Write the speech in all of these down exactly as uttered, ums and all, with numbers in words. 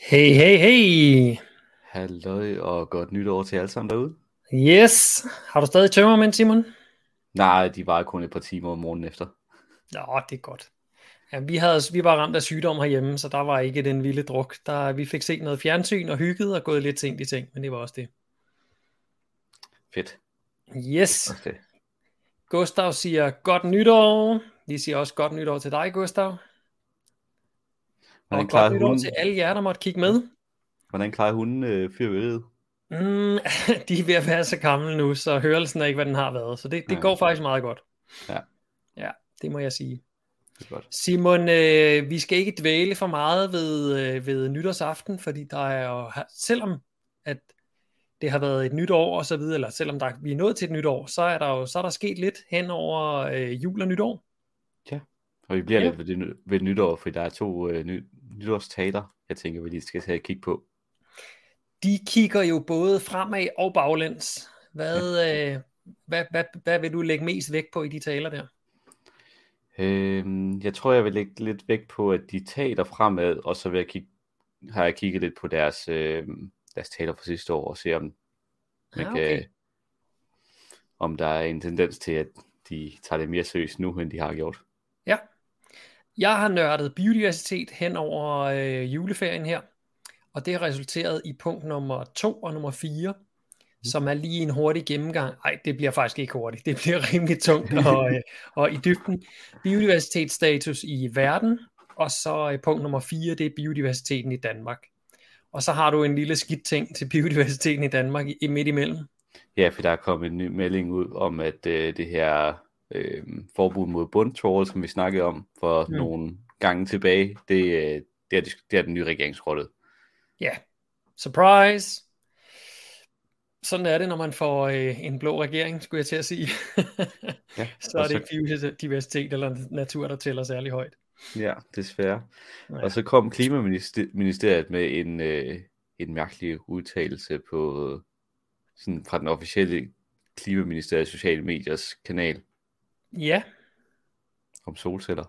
Hey, hey, hey. Halløj og godt nytår til alle sammen derude. Yes. Har du stadig tømmermænd, Simon? Nej, de var kun et par timer om morgenen efter. Nå, det er godt. Ja, vi, havde, vi var ramt af sygdom herhjemme, så der var ikke den vilde druk. Der, vi fik set noget fjernsyn og hygget og gået lidt sent i ting, men det var også det. Fedt. Yes. Også det. Gustav siger godt nytår. Vi siger også godt nytår til dig, Gustav. Hvordan Og godt klarede nytår hunden, til alle jer, der måtte kigge med. hvordan klarede hunden øh, fyrværkeriet? Mm, de er ved at være så gamle nu, så hørelsen er ikke, hvad den har været. Så det, det Ja. går faktisk meget godt. Ja. Ja, det må jeg sige. Det er godt. Simon, øh, vi skal ikke dvæle for meget ved, øh, ved nytårsaften, fordi der er jo, selvom at det har været et nyt år og så videre, eller selvom der, vi er nået til et nyt år, så er der jo så er der sket lidt hen over øh, jul og nytår. Ja, og vi bliver Ja. lidt ved, det, ved nytår, for der er to øh, ny, nytårstaler, jeg tænker, vi lige skal tage et kig på. De kigger jo både fremad og baglæns. Hvad, ja. øh, hvad, hvad, hvad vil du lægge mest vægt på i de taler der? Øhm, jeg tror, jeg vil lægge lidt vægt på, at de taler fremad, og så vil jeg kigge, har jeg kigget lidt på deres, øh, deres taler fra sidste år, og se om, man Ja, kan, okay. om der er en tendens til, at de tager det mere seriøst nu, end de har gjort. Ja. Jeg har nørdet biodiversitet hen over øh, juleferien her, og det har resulteret i punkt nummer to og nummer fire, som er lige en hurtig gennemgang. Nej, det bliver faktisk ikke hurtigt. Det bliver rimelig tungt og, øh, og i dybden. Biodiversitetsstatus i verden, og så øh, punkt nummer fire, det er biodiversiteten i Danmark. Og så har du en lille skidt ting til biodiversiteten i Danmark i, midt imellem. Ja, for der er kommet en ny melding ud om, at øh, det her øh, forbud mod bundtrawl, som vi snakkede om for mm. nogle gange tilbage, det, øh, det, er, det er den nye regeringsrolle. Ja, yeah. Surprise! Sådan er det, når man får øh, en blå regering, skulle jeg til at sige. Ja, så er det ikke biodiversitet eller natur, der tæller særlig højt. Ja, desværre. Ja. Og så kom Klimaministeriet med en, øh, en mærkelig udtalelse på, sådan fra den officielle Klimaministeriets sociale mediers kanal. Ja. Om solceller.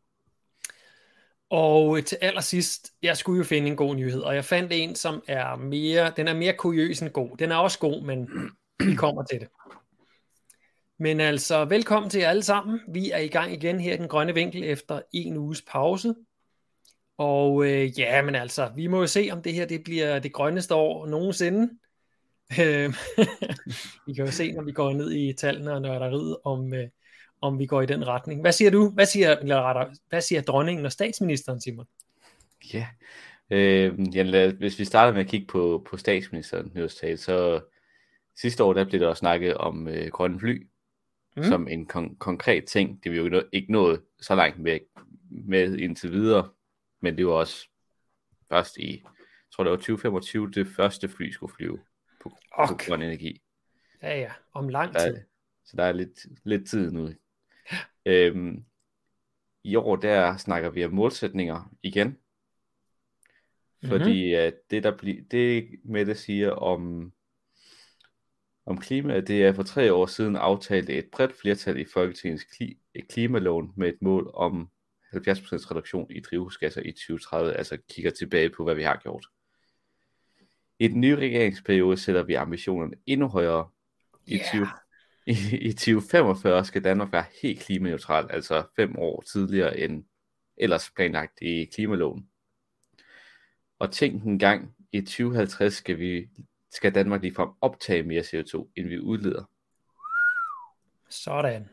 Og til allersidst, jeg skulle jo finde en god nyhed, og jeg fandt en, som er mere, den er mere kuriøs end god. Den er også god, men vi kommer til det. Men altså, velkommen til jer alle sammen. Vi er i gang igen her i Den Grønne Vinkel efter en uges pause. Og øh, ja, men altså, vi må jo se, om det her det bliver det grønneste år nogensinde. Vi kan jo se, når vi går ned i tallene og nørderiet, om, øh, om vi går i den retning. Hvad siger du? Hvad siger, eller rettere, hvad siger dronningen og statsministeren, Simon? Ja, øh, ja lad, hvis vi starter med at kigge på, på statsministeren nytårstale, så sidste år der blev der også snakket om øh, grønne fly, mm. som en kon- konkret ting. Det er vi jo ikke nået så langt med, med indtil videre, men det var også først i, jeg tror det var tyve femogtyve, det første fly skulle flyve på, okay. på grøn energi. Ja ja, om lang der tid. er, så der er lidt, lidt tid nu. øhm, I år der snakker vi om målsætninger igen. Fordi mm-hmm. det der bliver, det Mette siger om om klima, det er for tre år siden aftalte et bredt flertal i Folketingets kli- klimaloven med et mål om halvfjerds procent reduktion i drivhusgasser i tyve tredive, altså kigger tilbage på, hvad vi har gjort. I den nye regeringsperiode sætter vi ambitionerne endnu højere. I, yeah. tyve, i, i tyve femogfyrre skal Danmark være helt klimaneutral, altså fem år tidligere end ellers planlagt i klimaloven. Og tænk en gang, i tyve halvtreds skal, vi, skal Danmark ligefrem optage mere C O to, end vi udleder. Sådan.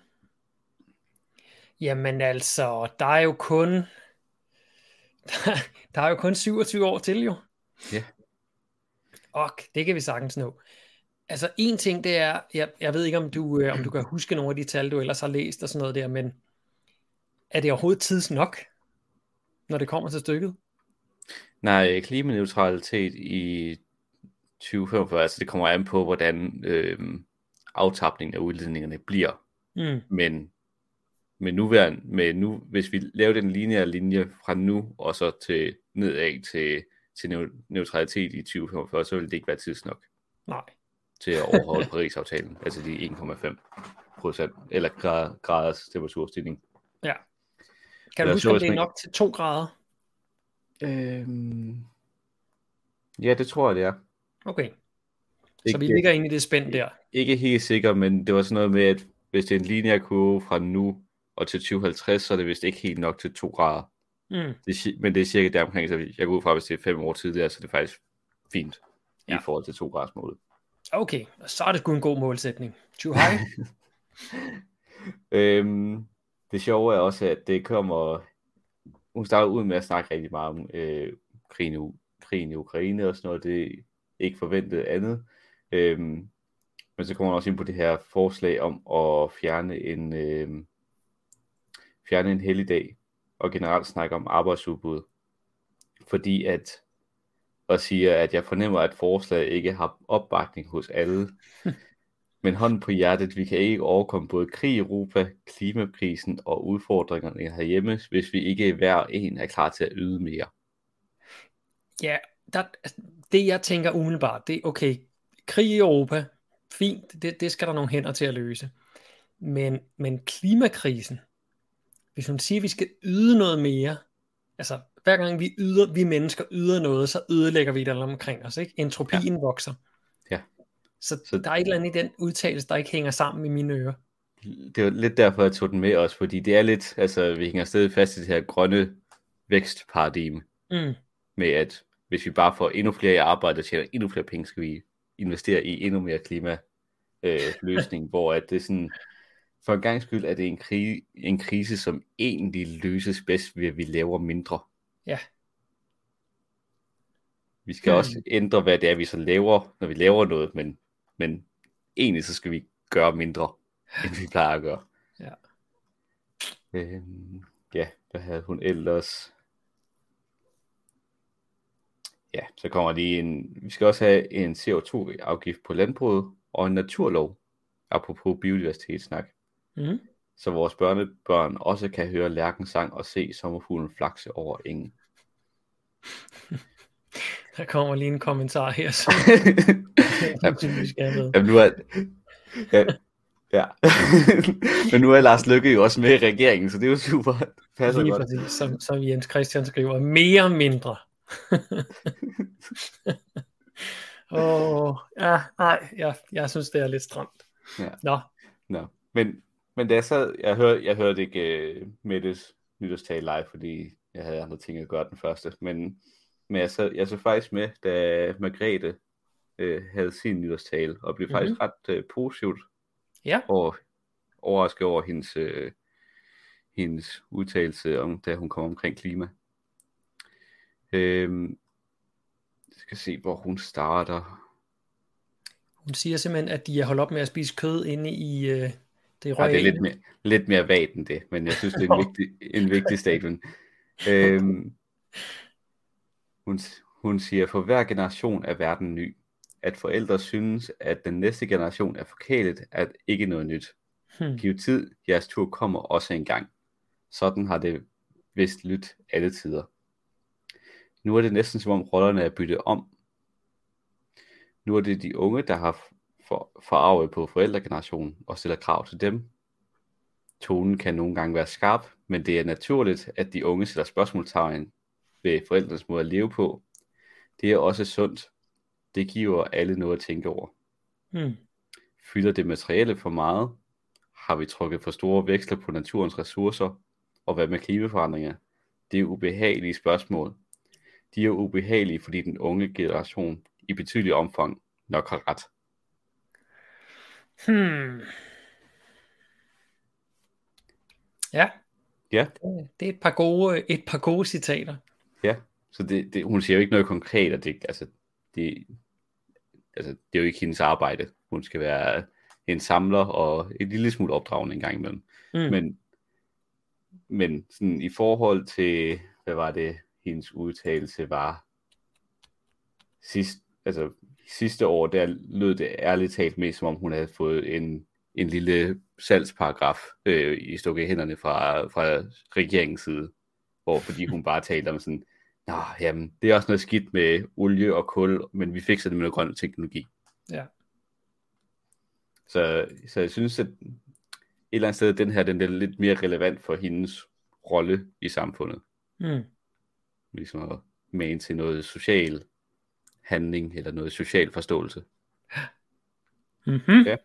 Jamen altså, der er jo kun der, der er jo kun syvogtyve år til jo. Ja. Og det kan vi sagtens nå. Altså en ting det er, jeg, jeg ved ikke om du, øh, om du kan huske nogle af de tal, du ellers har læst og sådan noget der, men er det overhovedet tids nok, når det kommer til stykket? Nej, klimaneutralitet i tyve femogfyrre, altså det kommer an på, hvordan øh, aftapningen af udledningerne bliver. Mm. Men med nuværende, med nu, hvis vi laver den lineære linje fra nu, og så til nedad til, til neutralitet i tyve femogfyrre, så vil det ikke være tidsnok. Nej. Til at overholde Paris-aftalen, altså de en komma fem procent, eller grad, graders temperaturstigning. Ja. Kan du huske, om det er nok til to grader? Øhm, Ja, det tror jeg, det er. Okay, så vi Ikke, ligger inde i det spænd der. ikke helt sikker, men det var sådan noget med, at hvis det er en lineær kurve fra nu og til tyve halvtreds, så er det vist ikke helt nok til to grader. Mm. Det er, men det er cirka der omkring, så jeg går ud fra, hvis det er fem år tidligere, så det er faktisk fint ja. I forhold til to graders målet. Okay, så er det sgu en god målsætning. Too high? øhm, det sjove er også, at det kommer... Hun starter ud med at snakke rigtig meget om øh, krigen, i, krigen i Ukraine og sådan noget. Det er ikke forventet andet. Øhm, men så kommer hun også ind på det her forslag om at fjerne en, øh, fjerne en helligdag og generelt snakke om arbejdsudbud. Fordi at og siger, at jeg fornemmer, at forslaget ikke har opbakning hos alle. Men hånden på hjertet, vi kan ikke overkomme både krig i Europa, klimakrisen og udfordringerne herhjemme, hvis vi ikke hver en er klar til at yde mere. Ja, der, det jeg tænker umiddelbart, det er okay, krig i Europa, fint, det, det skal der nogle hænder til at løse. Men, men klimakrisen, hvis hun siger, at vi skal yde noget mere, altså hver gang vi yder, vi mennesker yder noget, så ødelægger vi det omkring os, ikke? Entropien ja. vokser. Ja. Så, så der er et eller andet i den udtalelse, der ikke hænger sammen i mine ører. Det er lidt derfor, jeg tog den med også, fordi det er lidt, altså vi hænger stadig fast i det her grønne vækstparadigme, mm. med at hvis vi bare får endnu flere i arbejde og tjener endnu flere penge, skal vi investere i endnu mere klimaløsning, øh, hvor at det er sådan, for en gang skyld er det en, kri- en krise, som egentlig løses bedst ved, at vi laver mindre. Ja. Vi skal hmm. også ændre, hvad det er, vi så laver, når vi laver noget, men, men egentlig så skal vi gøre mindre, end vi plejer at gøre. Ja. Øhm, ja, hvad havde hun ellers? Ja, så kommer lige en, vi skal også have en C O to afgift på landbruget, og en naturlov, apropos biodiversitetssnak. Mm. Så vores børnebørn også kan høre lærkens sang og se sommerfuglen flakse over engen. Der kommer lige en kommentar her. Så... Jamen, nu er... Ja, ja. Men nu er Lars Løkke jo også med i regeringen, så det er jo super. Passer lige godt. Præcis, som, som Jens Christian skriver, mere mindre. Åh, oh, ja, nej, ja, jeg synes, det er lidt stramt. Ja. Nå. Nå, men, men da jeg sad, jeg hørte, jeg hørte ikke uh, Mettes nytårstale live, fordi jeg havde andre ting at gøre den første, men, men jeg, sad, jeg så faktisk med, da Margrethe uh, havde sin nytårstale, og blev mm-hmm. faktisk ret uh, positivt ja. og overrasket over hendes, uh, hendes udtalelse, om, da hun kom omkring klima. Øhm, jeg skal se, hvor hun starter. Hun siger simpelthen, at de er holdt op med at spise kød inde i øh, det royale. Ja, det er lidt mere, lidt mere vagt end det, men jeg synes, det er en vigtig, en vigtig statement. øhm, hun, hun siger, for hver generation er verden ny. At forældre synes, at den næste generation er forkælet, er ikke noget nyt. Hmm. Giv tid, jeres tur kommer også en gang. Sådan har det vist lyttet alle tider. Nu er det næsten som om rollerne er byttet om. Nu er det de unge, der har for, forarvet på forældregenerationen og stiller krav til dem. Tonen kan nogle gange være skarp, men det er naturligt, at de unge sætter spørgsmålstegn ved forældrenes måde at leve på. Det er også sundt. Det giver alle noget at tænke over. Hmm. Fylder det materielle for meget? Har vi trukket for store veksler på naturens ressourcer? Og hvad med klimaforandringer? Det er ubehagelige spørgsmål. De er ubehagelige, fordi den unge generation i betydelig omfang nok har ret. Hmm. Ja. Ja. Det, det er et par gode, et par gode citater. Ja, så det, det, hun siger jo ikke noget konkret, og det, altså, det, altså, det er jo ikke hendes arbejde. Hun skal være en samler og en lille smule opdragende en gang imellem. Mm. Men, men sådan i forhold til, hvad var det, hendes udtalelse var sidst, altså sidste år, der lød det ærligt talt mest, som om hun havde fået en, en lille salgsparagraf øh, i stukket i hænderne fra, fra regeringens side, hvor fordi hun bare talte om sådan, nå, jamen, det er også noget skidt med olie og kul, men vi fikser det med noget grøn teknologi. Ja. Så, så jeg synes, at et eller andet sted, den her, den er lidt mere relevant for hendes rolle i samfundet. Mm. Ligesom at mane til noget social handling eller noget social forståelse. Mm-hmm. Okay.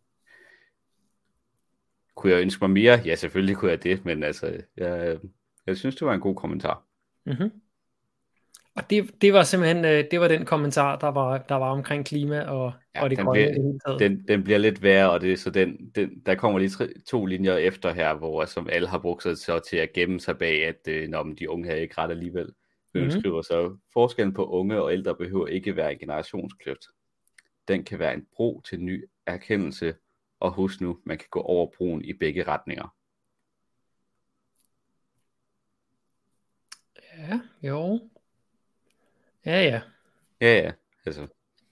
Kunne jeg ønske mig mere? Ja, selvfølgelig kunne jeg det, men altså, jeg, jeg synes, det var en god kommentar. Mm-hmm. Og det, det var simpelthen det var den kommentar, der var, der var omkring klima og, Ja, og det den grønne bliver, i det hele taget. Den, den bliver lidt værre, og det er så den, den, der kommer lige tre, to linjer efter her, hvor som alle har brugt sig så til at gemme sig bag, at øh, når de unge har ikke ret alligevel. Men Mhm. skriver så, forskellen på unge og ældre behøver ikke være en generationskløft. Den kan være en bro til ny erkendelse, og husk nu, man kan gå over broen i begge retninger. Ja, jo. Ja, ja. Ja, ja, altså.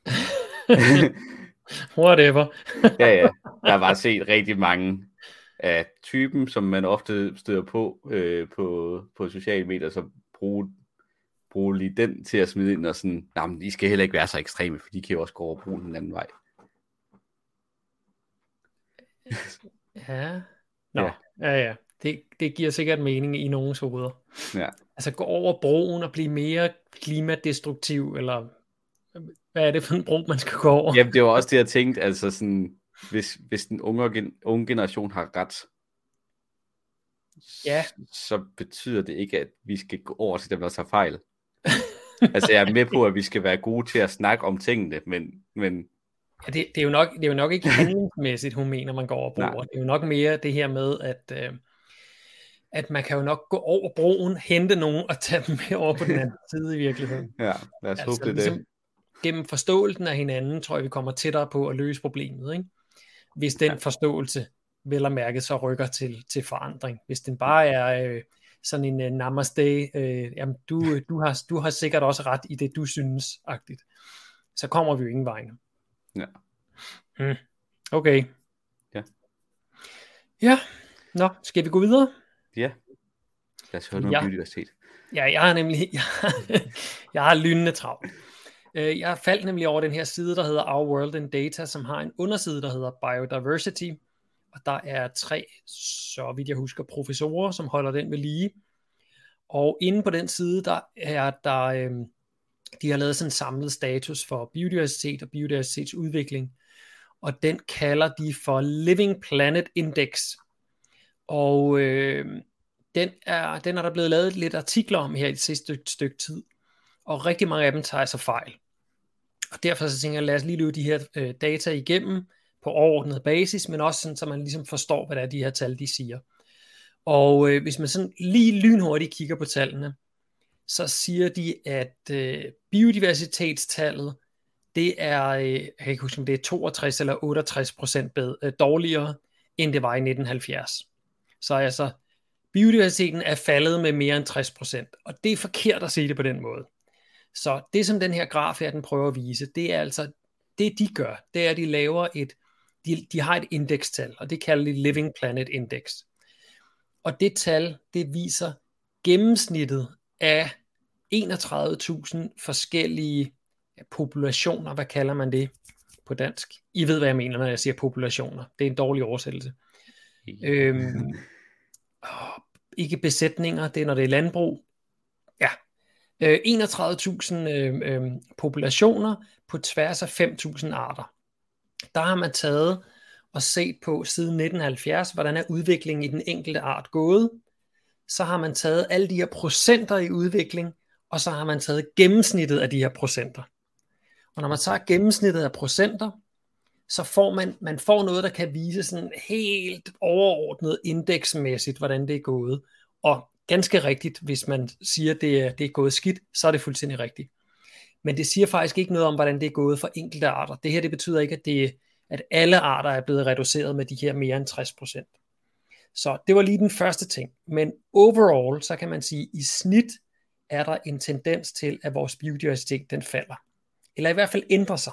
Whatever. Ja, ja. Jeg har bare set rigtig mange af typen, som man ofte støder på øh, på, på sociale medier, så bruge, bruge lige den til at smide ind og sådan, nej, men I skal heller ikke være så ekstreme, for de kan jo også gå over broen den anden vej. Ja. Nå, Ja. ja, ja. Det, det giver sikkert mening i nogens hoveder. Ja. Altså gå over broen og blive mere klimadestruktiv, eller hvad er det for en bro, man skal gå over? Jamen, det var også det, jeg tænkte, altså sådan, hvis, hvis den unge, unge generation har ret, Ja. så betyder det ikke, at vi skal gå over til dem, der tager fejl. Altså, jeg er med på, at vi skal være gode til at snakke om tingene, men... men Ja, det, det, er jo nok, det er jo nok ikke handlingsmæssigt, hun mener, man går over broer. Det er jo nok mere det her med, at, øh, at man kan jo nok gå over broen, hente nogen og tage dem med over på den anden side i virkeligheden. Ja, lad os altså, håbe det ligesom, det. Gennem forståelsen af hinanden, tror jeg, vi kommer tættere på at løse problemet, ikke? Hvis den ja. forståelse, vel og mærke, så rykker til, til forandring. Hvis den bare er øh, sådan en uh, namaste, øh, jamen du, du, har, du har sikkert også ret i det, du synes-agtigt, så kommer vi jo ingen vej. Ja. Hmm. Okay. Ja. Ja, nå, skal vi gå videre? Ja. Lad os høre noget ja. biodiversitet. Ja, jeg har nemlig, jeg, jeg har lynende travlt. Jeg faldt nemlig over den her side, der hedder Our World in Data, som har en underside, der hedder Biodiversity, og der er tre, så vidt jeg husker, professorer, som holder den ved lige. Og inde på den side, der er der, øh, de har lavet sådan en samlet status for biodiversitet og biodiversitetsudvikling, og den kalder de for Living Planet Index. Og øh, den, er, den er der blevet lavet lidt artikler om her i det sidste stykke, stykke tid, og rigtig mange af dem tager sig fejl. Og derfor så tænker jeg, lad os lige løbe de her øh, data igennem på overordnet basis, men også sådan, så man ligesom forstår, hvad det er, de her tal, de siger. Og øh, hvis man sådan lige lynhurtigt kigger på tallene, så siger de, at øh, biodiversitetstallet, det er, øh, jeg kan ikke huske, om det er toogtres eller otteogtres procent bedre, øh, dårligere, end det var i nitten halvfjerds. Så altså, biodiversiteten er faldet med mere end tres procent, og det er forkert at sige det på den måde. Så det, som den her graf her, den prøver at vise, det er altså, det de gør, det er, at de laver et, de, de har et indekstal, og det kalder de Living Planet Index. Og det tal, det viser gennemsnittet af enogtredive tusind forskellige populationer, hvad kalder man det på dansk? I ved, hvad jeg mener, når jeg siger populationer. Det er en dårlig oversættelse. Ja. Øhm, åh, ikke besætninger, det er, når det er landbrug. Ja. Øh, enogtredive tusind øh, øh, populationer på tværs af fem tusind arter. Der har man taget og set på siden nitten halvfjerds, hvordan er udviklingen i den enkelte art gået. Så har man taget alle de her procenter i udvikling, og så har man taget gennemsnittet af de her procenter. Og når man tager gennemsnittet af procenter, så får man, man får noget, der kan vise sådan helt overordnet indeksmæssigt, hvordan det er gået. Og ganske rigtigt, hvis man siger, at det er, det er gået skidt, så er det fuldstændig rigtigt. Men det siger faktisk ikke noget om, hvordan det er gået for enkelte arter. Det her, det betyder ikke, at, det, at alle arter er blevet reduceret med de her mere end tres procent. Så det var lige den første ting. Men overall, så kan man sige, at i snit er der en tendens til, at vores biodiversitet, den falder. Eller i hvert fald ændrer sig.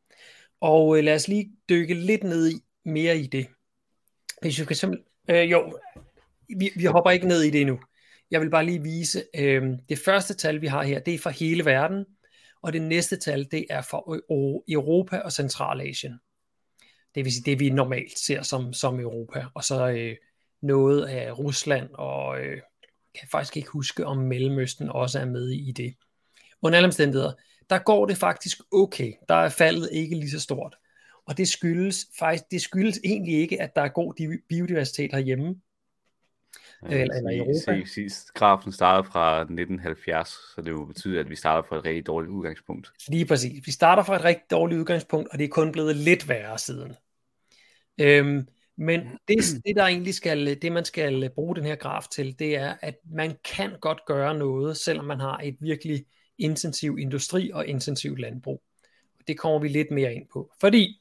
Og øh, lad os lige dykke lidt ned i, mere i det. Hvis vi kan simpelthen, øh, jo, vi, vi hopper ikke ned i det endnu. Jeg vil bare lige vise, øh, det første tal, vi har her, det er for hele verden, og det næste tal, det er for Europa og Centralasien. Det vil sige, det vi normalt ser som, som Europa, og så øh, noget af Rusland, og øh, kan faktisk ikke huske, om Mellemøsten også er med i det. Under alle omstændigheder, der går det faktisk okay. Der er faldet ikke lige så stort. Og det skyldes faktisk, det skyldes egentlig ikke, at der er god biodiversitet herhjemme, Ja, eller, eller i Europa. se, se, grafen starter fra nitten halvfjerds, så det vil betyde, at vi starter fra et rigtig dårligt udgangspunkt. Lige præcis. Vi starter fra et rigtig dårligt udgangspunkt, og det er kun blevet lidt værre siden. Øhm, men det, det, der egentlig skal, det man skal bruge den her graf til, det er, at man kan godt gøre noget, selvom man har et virkelig intensiv industri og intensiv landbrug. Det kommer vi lidt mere ind på. Fordi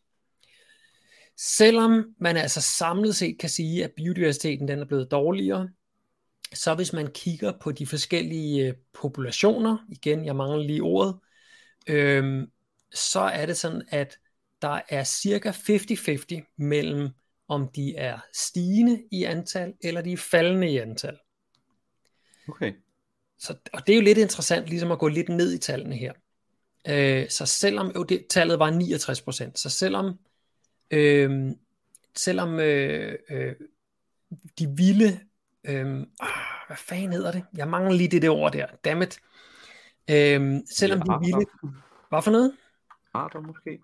selvom man altså samlet set kan sige, at biodiversiteten den er blevet dårligere, så hvis man kigger på de forskellige populationer, igen, jeg mangler lige ordet, øhm, så er det sådan, at der er cirka halvtreds halvtreds mellem, om de er stigende i antal, eller de er faldende i antal. Okay. Så, og det er jo lidt interessant, ligesom at gå lidt ned i tallene her. Øh, så selvom, jo det, tallet var niogtres procent, så selvom, øh, selvom øh, øh, de vilde, øh, hvad fanden hedder det? Jeg mangler lige det der ord der, dammit. Øh, selvom Ja, de vilde, hvad for noget? Arter måske?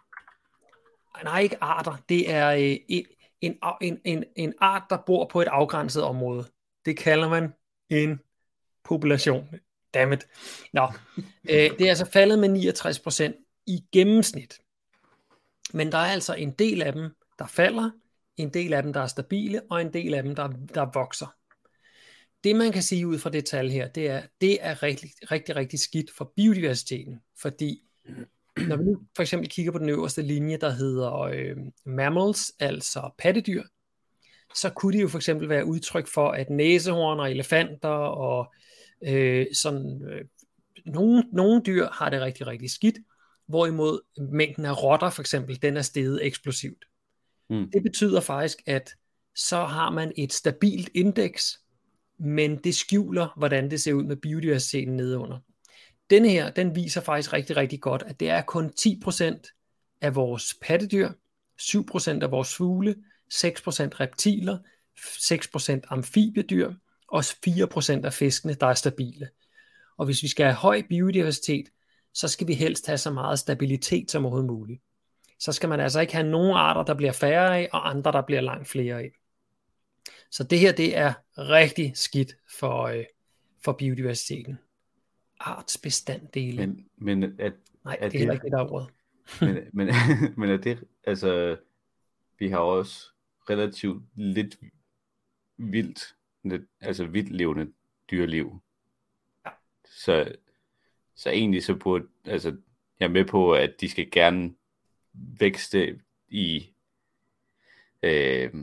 Nej, ikke arter. Det er øh, en, en, en, en, en art, der bor på et afgrænset område. Det kalder man en population. Dammit. Nå, øh, det er altså faldet med niogtres procent i gennemsnit. Men der er altså en del af dem, der falder, en del af dem, der er stabile, og en del af dem, der, der vokser. Det man kan sige ud fra det tal her, det er, det er rigtig, rigtig, rigtig skidt for biodiversiteten, fordi når vi nu for eksempel kigger på den øverste linje, der hedder øh, mammals, altså pattedyr, så kunne det jo for eksempel være udtryk for, at næsehorn og elefanter og øh, sådan øh, nogle, nogle dyr har det rigtig, rigtig skidt, hvorimod mængden af rotter for eksempel, den er steget eksplosivt. Mm. Det betyder faktisk, at så har man et stabilt indeks, men det skjuler, hvordan det ser ud med biodiversiteten nedenunder. Denne her, den viser faktisk rigtig, rigtig godt, at det er kun ti procent af vores pattedyr, syv procent af vores fugle, seks procent reptiler, seks procent amfibiedyr og fire procent af fiskene, der er stabile. Og hvis vi skal have høj biodiversitet, så skal vi helst have så meget stabilitet som overhovedet muligt. Så skal man altså ikke have nogen arter, der bliver færre af, og andre, der bliver langt flere af. Så det her, det er rigtig skidt for, øh, for biodiversiteten. Artsbestanddele. Men, men at, Nej, at det er heller ikke det, der er ordet. men, men, men er det, altså, vi har også relativt lidt vildt, altså vildt levende dyreliv. Ja. Så, så egentlig så burde, altså, jeg er med på, at de skal gerne vækste i, øh,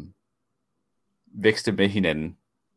vækste med hinanden.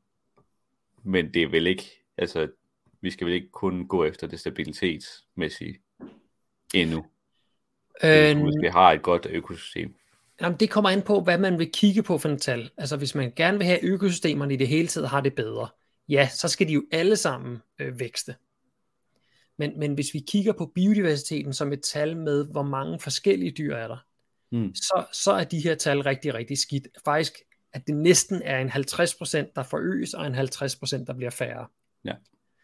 Men det er vel ikke, altså, vi skal vel ikke kun gå efter det stabilitetsmæssige endnu. Øh, måske har et godt økosystem. Jamen, det kommer an på, hvad man vil kigge på for en tal. Altså, hvis man gerne vil have økosystemerne i det hele taget har det bedre, ja, så skal de jo alle sammen øh, vækste. Men, men hvis vi kigger på biodiversiteten som et tal med, hvor mange forskellige dyr er der, mm. så, så er de her tal rigtig, rigtig skidt. Faktisk, at det næsten er en halvtreds procent, der forøges, og en halvtreds procent, der bliver færre. Ja.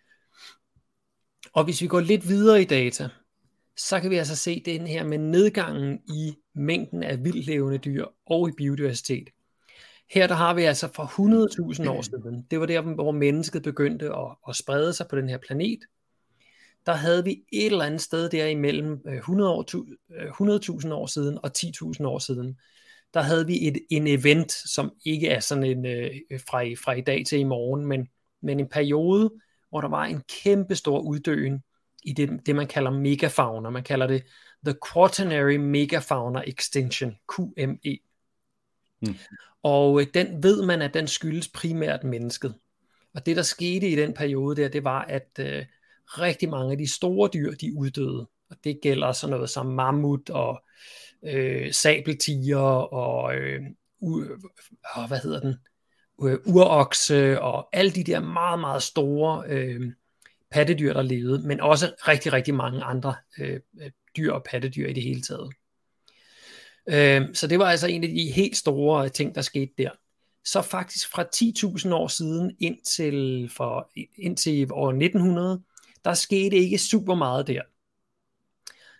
Og hvis vi går lidt videre i data, så kan vi altså se den her med nedgangen i mængden af vildtlevende dyr og i biodiversitet. Her der har vi altså for hundrede tusind år siden, det var der, hvor mennesket begyndte at, at sprede sig på den her planet. Der havde vi et eller andet sted der imellem hundrede tusind år siden og ti tusind år siden. Der havde vi et, en event, som ikke er sådan en øh, fra, i, fra i dag til i morgen, men, men en periode, hvor der var en kæmpe stor uddøen i det, det man kalder megafauna. Man kalder det The Quaternary Megafauna Extinction, Q M E. Mm. Og den ved man, at den skyldes primært mennesket. Og det, der skete i den periode der, det var, at øh, rigtig mange af de store dyr, de uddøde. Og det gælder sådan noget som mammut og øh, sabeltiger og øh, u- hvad hedder den? urokse og alle de der meget, meget store øh, pattedyr, der levede, men også rigtig, rigtig mange andre øh, dyr og pattedyr i det hele taget. Øh, så det var altså en af de helt store ting, der skete der. Så faktisk fra ti tusind år siden indtil, for, indtil år nitten hundrede, der skete ikke super meget der.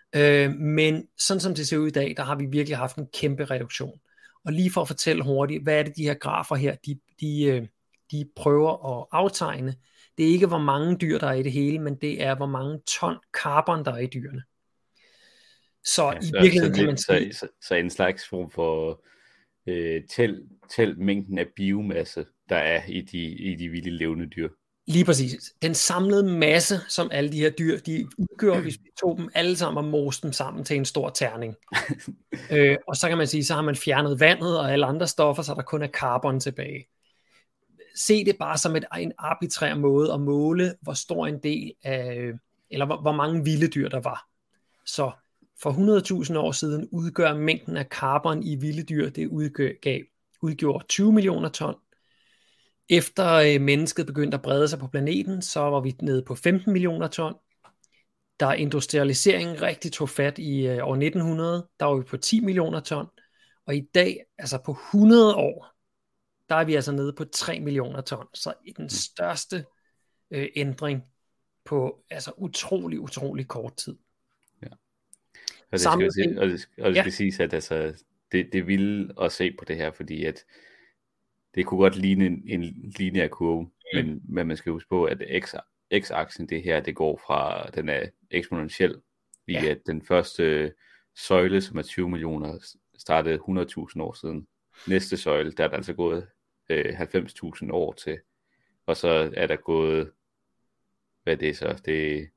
Øh, men sådan som det ser ud i dag, der har vi virkelig haft en kæmpe reduktion. Og lige for at fortælle hurtigt, hvad er det de her grafer her, de, de, de prøver at aftegne. Det er ikke hvor mange dyr der er i det hele, men det er hvor mange ton carbon der er i dyrene. Så Ja, i så, virkeligheden så, kan man det, sige, så, så, så en slags form for øh, tæl, tæl mængden af biomasse, der er i de, i de vilde levende dyr. lige præcis, den samlede masse, som alle de her dyr, de udgør, hvis vi tog dem alle sammen og moste dem sammen til en stor terning. øh, og så kan man sige, så har man fjernet vandet og alle andre stoffer, så der kun er carbon tilbage. Se det bare som et, en arbitrær måde at måle, hvor stor en del af, eller hvor, hvor mange vilde dyr der var. Så for hundrede tusind år siden udgør mængden af carbon i vilde dyr, det udgav, udgjorde tyve millioner ton. Efter øh, mennesket begyndte at brede sig på planeten, så var vi nede på femten millioner ton. Da industrialiseringen rigtig tog fat i øh, år nitten hundrede, der var vi på ti millioner ton. Og i dag, altså på hundrede år, der er vi altså nede på tre millioner ton. Så i den største øh, ændring på altså utrolig, utrolig kort tid. Ja. Og det skal, sige, og det, og det ja. skal siges, at altså, det, det vil at se på det her, fordi at det kunne godt ligne en, en lineær kurve, mm. men, men man skal huske på, at x, x-aksen, det her, det går fra, den er eksponentiel, i ja. At den første søjle, som er tyve millioner, startede hundrede tusind år siden. Næste søjle, der er der altså gået øh, halvfems tusind år til, og så er der gået, hvad er det så, det er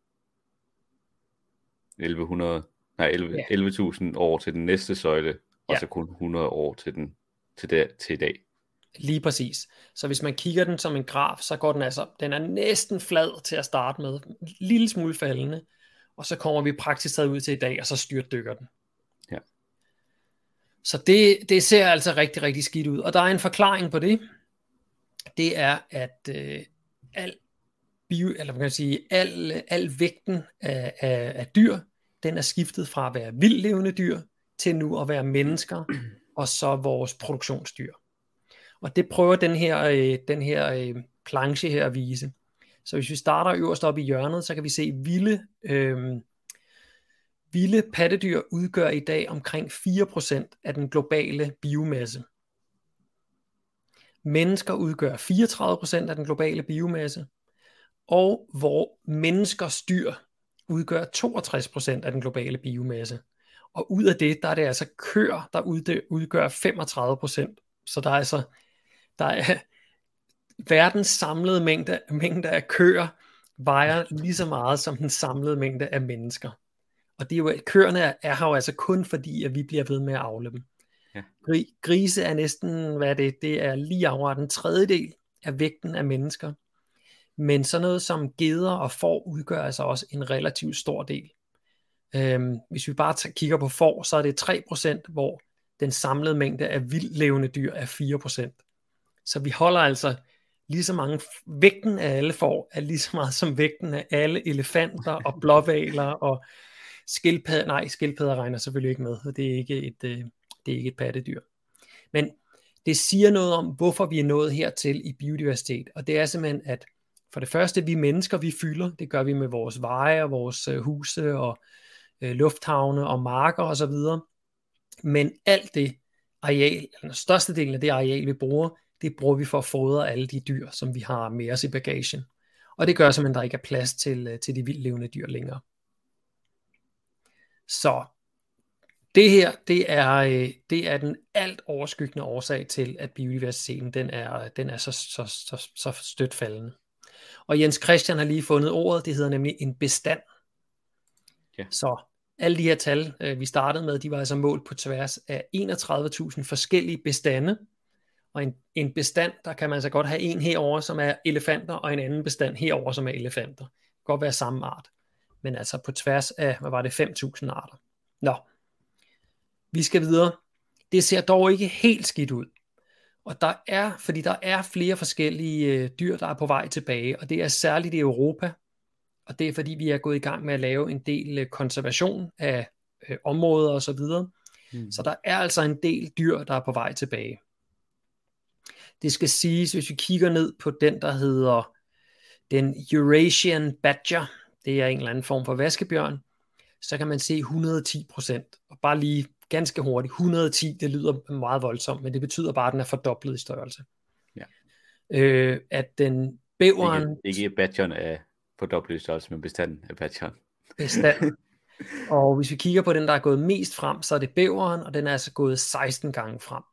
elleve hundrede, nej, elleve tusind år til den næste søjle, og ja. Så kun hundrede år til, den, til, der, til i dag. Lige præcis. Så hvis man kigger den som en graf, så går den altså, den er næsten flad til at starte med, en lille smule faldende, og så kommer vi praktisk taget ud til i dag, og så styrtdykker den. Ja. Så det, det ser altså rigtig, rigtig skidt ud. Og der er en forklaring på det. Det er, at øh, al, bio, eller man kan sige, al, al vægten af, af, af dyr, den er skiftet fra at være vildlevende dyr, til nu at være mennesker, og så vores produktionsdyr. Og det prøver den her, øh, den her øh, planche her at vise. Så hvis vi starter øverst oppe i hjørnet, så kan vi se, vilde, øh, vilde pattedyr udgør i dag omkring fire procent af den globale biomasse. Mennesker udgør fireogtredive procent af den globale biomasse, og hvor menneskers dyr udgør toogtres procent af den globale biomasse. Og ud af det, der er det altså køer, der udgør femogtredive procent. Så der er altså der er verdens samlede mængde, mængde af køer vejer lige så meget som den samlede mængde af mennesker. Og det er jo, køerne er, er her jo altså kun fordi, at vi bliver ved med at avle dem. Ja. Grise er næsten, hvad er det? Det er lige over en tredjedel af vægten af mennesker. Men sådan noget som geder og får udgør altså også en relativt stor del. Øhm, hvis vi bare tager, kigger på får, så er det tre procent, hvor den samlede mængde af vildlevende dyr er fire procent. Så vi holder altså lige så mange, vægten af alle får er lige så meget som vægten af alle elefanter og blåhvaler og skildpadder. Nej, skildpadder regner selvfølgelig ikke med, og det er ikke et, øh, det er ikke et pattedyr. Men det siger noget om, hvorfor vi er nået hertil i biodiversitet, og det er simpelthen, at for det første, vi mennesker, vi fylder, det gør vi med vores veje og vores øh, huse og øh, lufthavne og marker og så videre. Men alt det areal, eller størstedelen af det areal, vi bruger, det bruger vi for at fodre alle de dyr, som vi har med os i bagagen. Og det gør simpelthen, at der ikke er plads til, til de vildlevende dyr længere. Så det her, det er, det er den alt overskyggende årsag til, at biodiversiteten den er, den er så, så, så, så stødt faldende. Og Jens Christian har lige fundet ordet, det hedder nemlig en bestand. Ja. Så alle de her tal, vi startede med, de var altså målt på tværs af enogtredive tusind forskellige bestande. Og en, en bestand, der kan man altså godt have en herover, som er elefanter, og en anden bestand herover, som er elefanter. Det kan godt være samme art. Men altså på tværs af, hvad var det, fem tusind arter. Nå, vi skal videre. Det ser dog ikke helt skidt ud. Og der er, fordi der er flere forskellige øh, dyr, der er på vej tilbage, og det er særligt i Europa. Og det er fordi, vi er gået i gang med at lave en del øh, konservation af øh, områder og så videre. Mm. Så der er altså en del dyr, der er på vej tilbage. Det skal siges, hvis vi kigger ned på den, der hedder den Eurasian Badger, det er en eller anden form for vaskebjørn, så kan man se et hundrede og ti procent. Og bare lige ganske hurtigt, et hundrede og ti, det lyder meget voldsomt, men det betyder bare, at den er fordoblet i størrelse. Ja. Øh, at den bæveren... Ikke, ikke badgeren er fordoblet i størrelse, men bestanden af badgeren. Bestand. Og hvis vi kigger på den, der er gået mest frem, så er det bæveren, og den er altså gået seksten gange frem.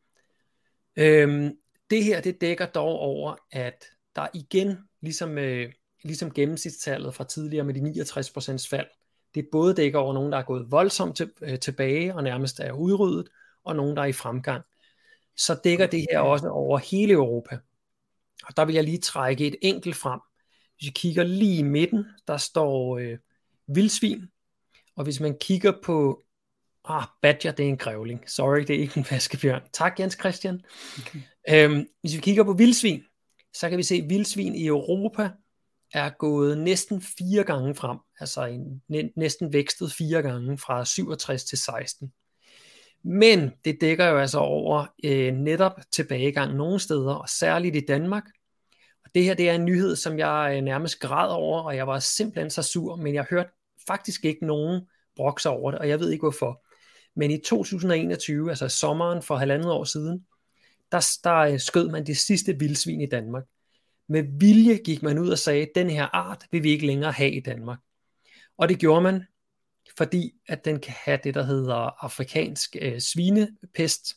Øhm, det her, det dækker dog over, at der igen, ligesom, øh, ligesom gennemsnitstallet fra tidligere med de niogtres procent fald, det både dækker over nogen, der er gået voldsomt til, øh, tilbage og nærmest er udryddet, og nogen, der er i fremgang. Så dækker det her også over hele Europa. Og der vil jeg lige trække et enkelt frem. Hvis vi kigger lige i midten, der står øh, vildsvin, og hvis man kigger på ah, badger, det er en grævling. Sorry, det er ikke en vaskebjørn. Tak, Jens Christian. Okay. Øhm, hvis vi kigger på vildsvin, så kan vi se, at vildsvin i Europa er gået næsten fire gange frem. Altså en, næ- næsten vækstet fire gange fra syvogtres til seksten. Men det dækker jo altså over øh, netop tilbagegang nogle steder, og særligt i Danmark. Og det her, det er en nyhed, som jeg øh, nærmest græd over, og jeg var simpelthen så sur, men jeg hørte faktisk ikke nogen brokse over det, og jeg ved ikke hvorfor. Men i to tusind og enogtyve, altså sommeren for halvandet år siden, der, der skød man det sidste vildsvin i Danmark. Med vilje gik man ud og sagde, at den her art vil vi ikke længere have i Danmark. Og det gjorde man, fordi at den kan have det, der hedder afrikansk øh, svinepest,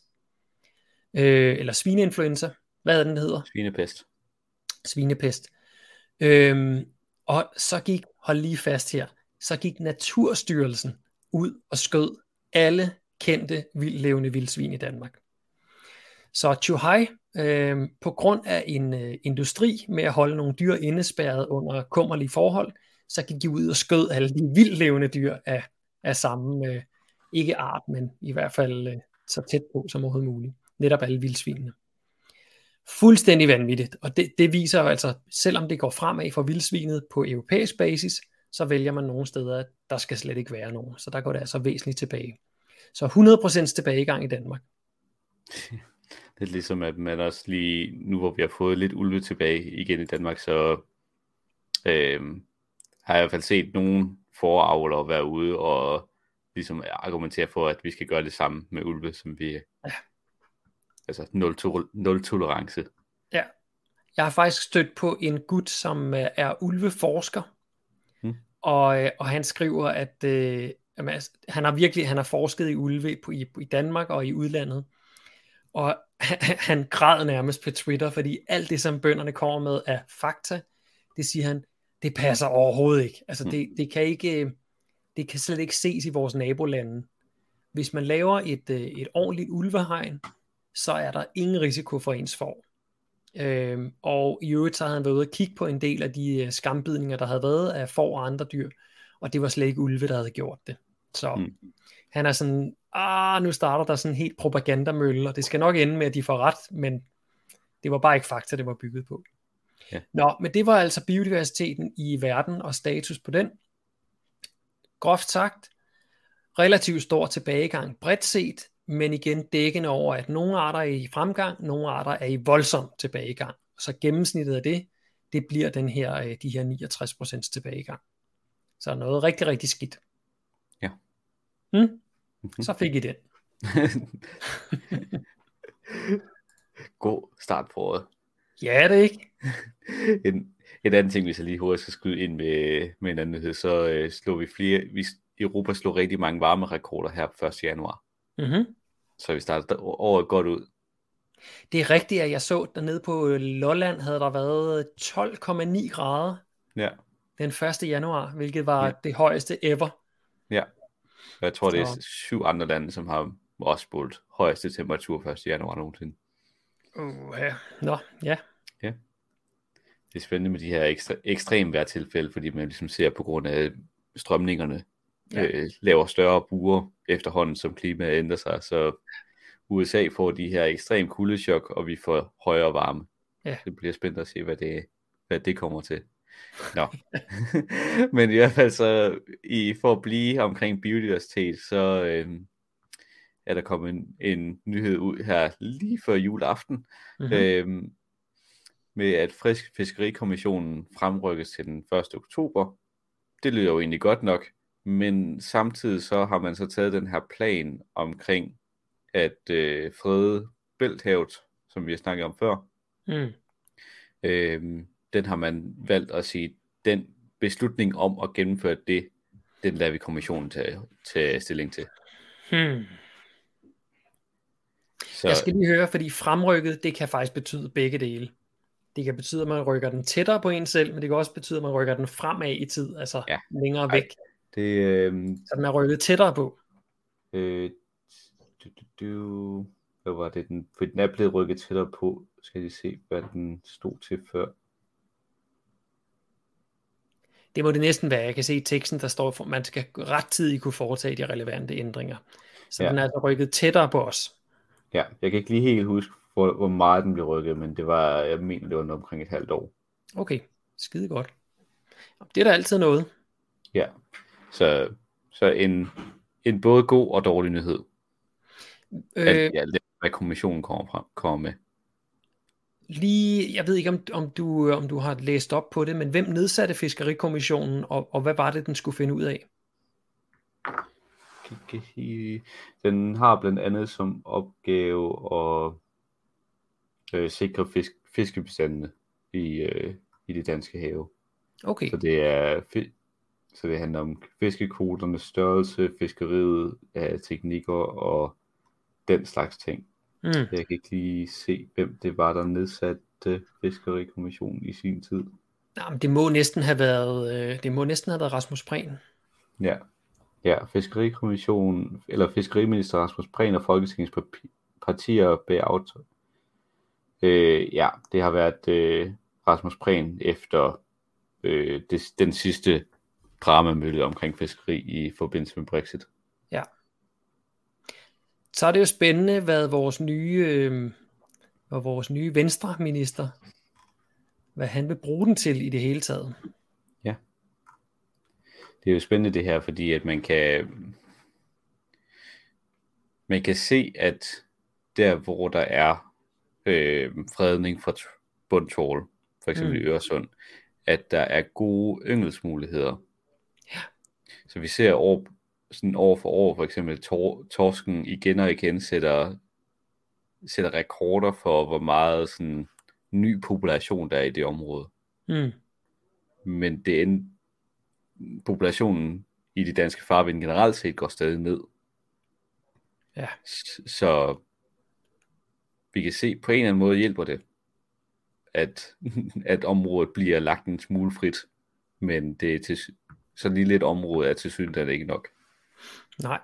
øh, eller svineinfluenza. Hvad er den, det hedder? Svinepest. Svinepest. Øhm, og så gik, hold lige fast her, så gik Naturstyrelsen ud og skød alle kendte vildlevende vildsvin i Danmark. Så Chuhai, øh, på grund af en øh, industri med at holde nogle dyr indespærret under kummerlige forhold, så gik de ud og skød alle de vildlevende dyr af, af samme, øh, ikke art, men i hvert fald øh, så tæt på som overhovedet muligt. Netop alle vildsvinene. Fuldstændig vanvittigt, og det, det viser jo altså, selvom det går fremad for vildsvinet på europæisk basis, så vælger man nogle steder, at der skal slet ikke være nogen. Så der går det altså væsentligt tilbage. Så hundrede procent tilbagegang i Danmark. Det er ligesom, at man også lige, nu hvor vi har fået lidt ulve tilbage igen i Danmark, så øh, har jeg i hvert fald set nogle foravlere være ude og ligesom argumentere for, at vi skal gøre det samme med ulve, som vi, ja. altså nul, to, nul tolerance. Ja, jeg har faktisk stødt på en gut, som er ulveforsker, hmm. og, og han skriver, at øh, altså, han har virkelig, han har forsket i ulve på, i, i Danmark og i udlandet, og han, han græd nærmest på Twitter, fordi alt det, som bønderne kommer med, er fakta. Det siger han, det passer overhovedet ikke. Altså hmm. det, det kan ikke, det kan slet ikke ses i vores nabolande. Hvis man laver et, et ordentligt ulvehegn, så er der ingen risiko for ens får. Øhm, og i øvrigt så havde han været ude at kigge på en del af de skambidninger, der havde været af får og andre dyr, og det var slet ikke ulve, der havde gjort det. Så mm. han er sådan, ah, nu starter der sådan en helt propagandamølle, og det skal nok ende med, at de får ret, men det var bare ikke fakta, det var bygget på. Ja. Nå, men det var altså biodiversiteten i verden og status på den. Groft sagt, relativt stor tilbagegang bredt set, men igen dækkende over, at nogle arter er i fremgang, nogle arter er i voldsom tilbagegang. Så gennemsnittet af det, det bliver den her, de her niogtres procent tilbagegang. Så noget rigtig, rigtig skidt. Ja. Hmm? Så fik I den. God start på året. Ja, det er ikke. en, en anden ting, hvis jeg lige hurtigt skal skyde ind med, med en anden nyhed, så øh, slog vi flere, vi, Europa slog rigtig mange varmerekorder her på første januar. Mhm. Så vi startede året godt ud. Det er rigtigt, at jeg så dernede på Lolland, havde der været tolv komma ni grader ja. den første januar, hvilket var ja. det højeste ever. Ja, jeg tror, så det er syv andre lande, som har også spurgt højeste temperatur første januar nogensinde. Uh, ja. Nå, ja. Ja. Det er spændende med de her ekstra, ekstrem vejrtilfælde, fordi man ligesom ser på grund af strømningerne, ja. øh, laver større buer efterhånden, som klimaet ændrer sig, så U S A får de her ekstrem kuldechok, og vi får højere varme. Ja. Det bliver spændende at se, hvad det, hvad det kommer til. Nå. Men i hvert fald så, i, for at blive omkring biodiversitet, så øh, er der kommet en, en nyhed ud her lige før juleaften, mm-hmm. øh, med at Fiskerikommissionen fremrykkes til den første oktober. Det lyder jo egentlig godt nok, men samtidig så har man så taget den her plan omkring at øh, frede Bælthavet, som vi har snakket om før. Mm. Øhm, den har man valgt at sige, den beslutning om at gennemføre det, den lader vi kommissionen tage, tage stilling til. Hmm. Så, Jeg skal lige høre, fordi fremrykket, det kan faktisk betyde begge dele. Det kan betyde, at man rykker den tættere på en selv, men det kan også betyde, at man rykker den fremad i tid, altså ja, længere ej, væk. det, øh, Så den er rykket tættere på. øh, du, du, du, hvad var det, den, for den er blevet rykket tættere på, skal de se, hvad den stod til før. Det må det næsten være. Jeg kan se i teksten, der står, at man skal rettidigt kunne foretage de relevante ændringer. Så Ja. den er altså rykket tættere på os. Ja, jeg kan ikke lige helt huske, hvor, hvor meget den blev rykket, men det var, jeg mener, det var omkring et halvt år. Okay, skide godt. Det er da altid noget. Ja, så, så en, en både god og dårlig nyhed. Øh, Alt, ja, det, hvad kommissionen kommer, frem, kommer med. Lige, jeg ved ikke, om, om, du, om du har læst op på det, men hvem nedsatte Fiskerikommissionen, og, og hvad var det, den skulle finde ud af? Den har blandt andet som opgave at øh, sikre fisk, fiskebestandene i, øh, i de danske have. Okay. Så det er så det handler om fiskekvoternes størrelse, fiskeriet af teknikker og den slags ting. Mm. Jeg kan ikke lige se, hvem det var, der nedsatte Fiskerikommissionen i sin tid. Jamen, det må næsten have været, øh, det må næsten have været Rasmus Prehn. Ja. Ja, Fiskerikommissionen, eller Fiskeriminister Rasmus Prehn og Folketingets partier bag aftale. Øh, ja, det har været øh, Rasmus Prehn efter øh, det, den sidste dramamølle omkring fiskeri i forbindelse med Brexit. Ja. Så er det jo spændende, hvad vores nye, øh, hvad vores nye venstreminister, hvad han vil bruge den til i det hele taget. Ja. Det er jo spændende det her, fordi at man kan man kan se, at der hvor der er øh, fredning fra bundtrawl, for eksempel mm. i Øresund, at der er gode yngelsmuligheder. Ja. Så vi ser år, sådan år for år, for eksempel tor, torsken igen og igen sætter, sætter rekorder for, hvor meget sådan ny population der er i det område. Mm. Men det er populationen i de danske farvande generelt set går stadig ned. Ja. Så vi kan se, på en eller anden måde hjælper det, at, at området bliver lagt en smule frit, men det er til, så lille et område er til synligheden ikke nok. Nej.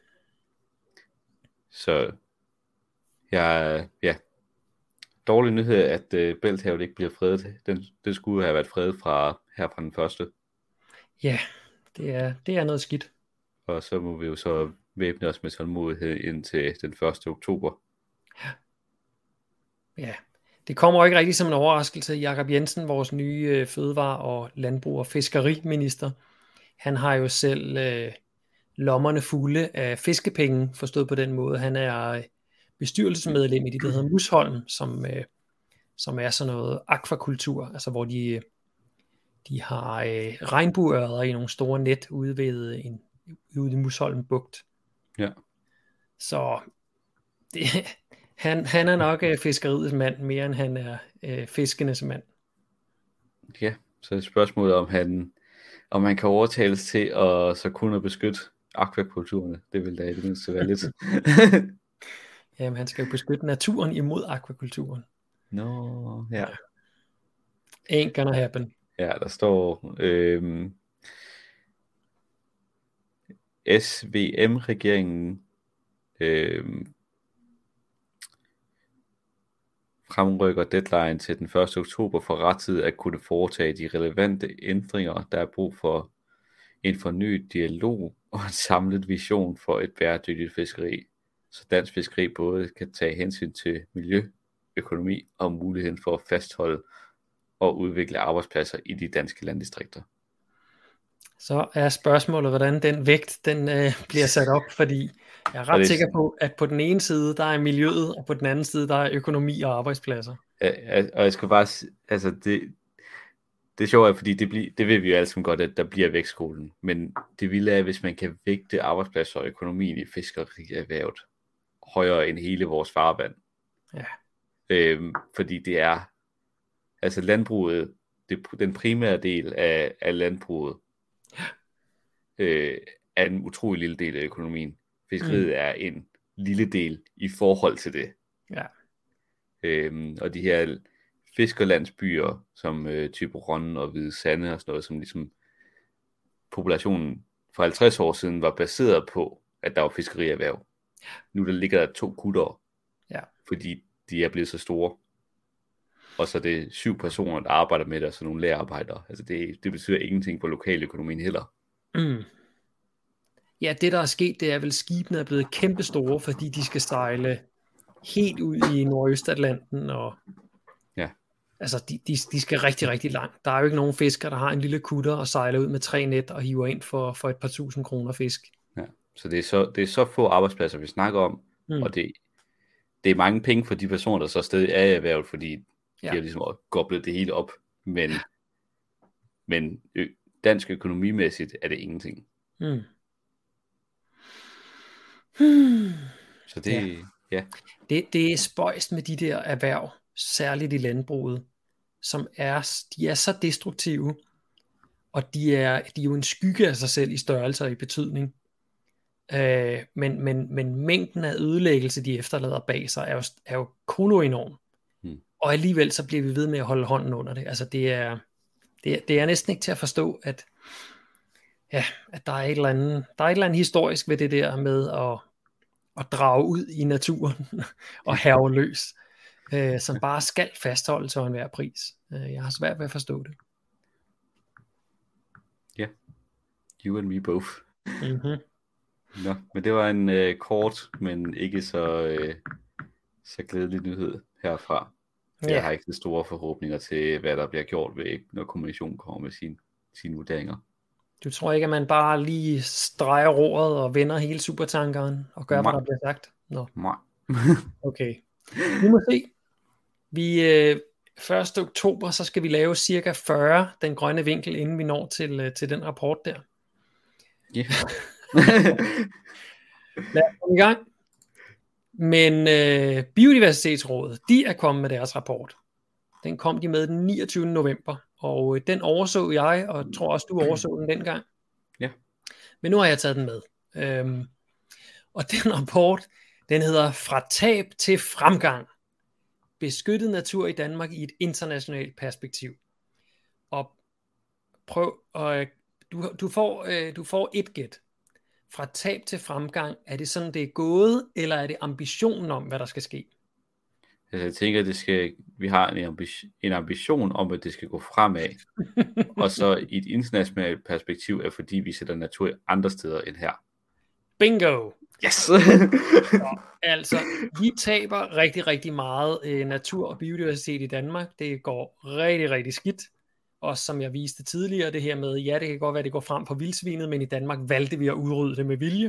Så ja, ja. Dårlig nyhed, at uh, Bælthavet ikke bliver fredet. Den, det skulle have været fredet fra her fra den første. Ja, det er, det er noget skidt. Og så må vi jo så væbne os med tålmodighed indtil den første oktober. Ja. Ja. Det kommer jo ikke rigtig som en overraskelse. Jakob Jensen, vores nye øh, fødevare- og landbrug- og fiskeriminister, han har jo selv øh, lommerne fulde af fiskepenge, forstået på den måde. Han er øh, bestyrelsesmedlem i det, der hedder Musholm, som, øh, som er sådan noget akvakultur, altså hvor de, de har øh, regnbueørder i nogle store net ude ved en, ude i Musholm Bugt. Ja. Så det, han, han er nok øh, fiskeriets mand, mere end han er øh, fiskenes mand. Ja, så er spørgsmålet, om han, om han kan overtales til at så kunne beskytte akvakulturerne. Det vil da i det mindste være lidt. Jamen, han skal jo beskytte naturen imod akvakulturen. Nå, no, ja. Ain't gonna happen. Ja, der står øhm, S V M-regeringen øhm, fremrykker deadline til den første oktober for rettidigt at kunne foretage de relevante ændringer, der er brug for en fornyet dialog og en samlet vision for et bæredygtigt fiskeri, så dansk fiskeri både kan tage hensyn til miljø, økonomi og muligheden for at fastholde og udvikle arbejdspladser i de danske landdistrikter. Så er spørgsmålet, hvordan den vægt den øh, bliver sat op, fordi jeg er ret det... sikker på, at på den ene side, der er miljøet, og på den anden side, der er økonomi og arbejdspladser. Ja, og jeg skal bare, altså det, det er sjovt, fordi det, bliver, det ved vi jo alle sammen godt, at der bliver vækstskolen. Men det vilde er, hvis man kan vægte arbejdspladser og økonomien i fiskerierhvervet højere end hele vores farvand. Ja. Øhm, fordi det er, altså landbruget, det, den primære del af, af landbruget, øh, er en utrolig lille del af økonomien. Fiskeriet mm. er en lille del i forhold til det. Ja. Øhm, og de her fiskerlandsbyer, som øh, type Rønne og Hvide Sande og sådan noget, som ligesom populationen for halvtreds år siden var baseret på, at der var fiskerierhverv. Nu der ligger der to kutter, ja. fordi de er blevet så store. Og så er det syv personer, der arbejder med det, og så nogle lærerarbejdere. Altså det, det betyder ingenting på lokaløkonomien heller. Mm. Ja, det der er sket, det er vel, skibene er blevet kæmpestore, fordi de skal sejle helt ud i Nordøstatlanten, og ja. altså de, de, de skal rigtig, rigtig langt. Der er jo ikke nogen fisker, der har en lille kutter og sejler ud med tre net og hiver ind for, for et par tusind kroner fisk. Ja. Så det er så, det er så få arbejdspladser, vi snakker om, mm. og det, det er mange penge for de personer, der så stadig er i erhvervet, fordi de ja. har ligesom goblet det hele op, men, men ø, dansk økonomimæssigt er det ingenting. Mm. Hmm. Så det, ja. ja. Det, det er spøjst med de der erhverv, særligt i landbruget, som er, de er så destruktive, og de er, de er jo en skygge af sig selv i størrelse og i betydning. Øh, men, men, men mængden af ødelæggelse, de efterlader bag sig, er jo, er jo koloenorm. Hmm. Og alligevel så bliver vi ved med at holde hånden under det. Altså det er, det er, det er næsten ikke til at forstå, at, ja, at der, er et eller andet, der er et eller andet historisk ved det der med at, at drage ud i naturen og hærge løs, øh, som bare skal fastholdes til enhver pris. Jeg har svært ved at forstå det. Ja, yeah. You and me both. Mm-hmm. Nå, men det var en øh, kort, men ikke så, øh, så glædelig nyhed herfra. Jeg yeah. har ikke så store forhåbninger til, hvad der bliver gjort, ved, når kommissionen kommer med sin, sine vurderinger. Du tror ikke, at man bare lige streger roret og vender hele supertankeren og gør, Nej. hvad der bliver sagt? Nå. Nej. Okay. Vi må se. Vi, øh, første oktober, så skal vi lave cirka fyrre, den grønne vinkel, inden vi når til, øh, til den rapport der. Ja. Yeah. Lad os komme i gang. Men øh, Biodiversitetsrådet, de er kommet med deres rapport. Den kom de med den niogtyvende november, og øh, den overså jeg, og tror også, du overså den dengang. Ja. Men nu har jeg taget den med. Øhm, og den rapport, den hedder Fra tab til fremgang. Beskyttet natur i Danmark i et internationalt perspektiv. Og prøv, og du, du, får, øh, du får et gæt. Fra tab til fremgang, er det sådan, det er gået, eller er det ambitionen om, hvad der skal ske? Altså, jeg tænker, at det skal, vi har en ambition, en ambition om, at det skal gå fremad. Og så i et internationalt perspektiv, er fordi vi sætter natur andre steder end her. Bingo! Yes! Så, altså, vi taber rigtig, rigtig meget øh, natur og biodiversitet i Danmark. Det går rigtig, rigtig skidt. Og som jeg viste tidligere, det her med, ja, det kan godt være, det går frem på vildsvinet, men i Danmark valgte vi at udrydde det med vilje.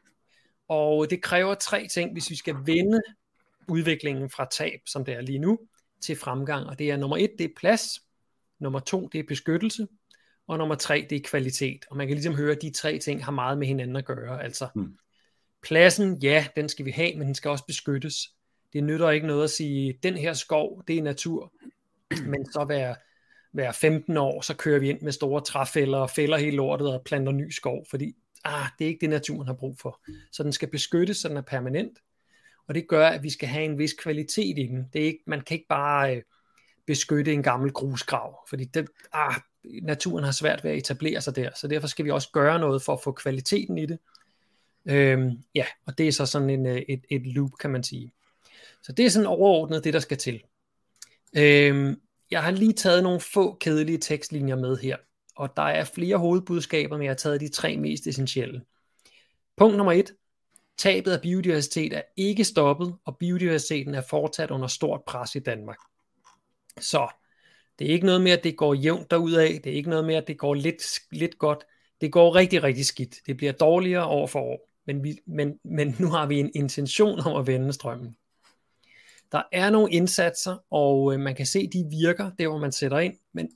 Og det kræver tre ting, hvis vi skal vende udviklingen fra tab, som det er lige nu, til fremgang. Og det er nummer et, det er plads. Nummer to, det er beskyttelse. Og nummer tre, det er kvalitet. Og man kan ligesom høre, at de tre ting har meget med hinanden at gøre. Altså, hmm. pladsen, ja, den skal vi have, men den skal også beskyttes. Det nytter ikke noget at sige, den her skov, det er natur, men så være hver femten år, så kører vi ind med store træfælder og fælder hele lortet og planter ny skov, fordi ah, det er ikke det, naturen har brug for. Så den skal beskyttes, så den er permanent, og det gør, at vi skal have en vis kvalitet i den. Det er ikke, man kan ikke bare øh, beskytte en gammel grusgrav, fordi det, ah, naturen har svært ved at etablere sig der, så derfor skal vi også gøre noget for at få kvaliteten i det. Øhm, ja, og det er så sådan en, et, et loop, kan man sige. Så det er sådan overordnet det, der skal til. Øhm, Jeg har lige taget nogle få kedelige tekstlinjer med her, og der er flere hovedbudskaber, men jeg har taget de tre mest essentielle. Punkt nummer et. Tabet af biodiversitet er ikke stoppet, og biodiversiteten er fortsat under stort pres i Danmark. Så det er ikke noget med, at det går jævnt derudad, det er ikke noget med, at det går lidt, lidt godt. Det går rigtig, rigtig skidt. Det bliver dårligere år for år, men, vi, men, men nu har vi en intention om at vende strømmen. Der er nogle indsatser, og øh, man kan se, de virker, der hvor man sætter ind, men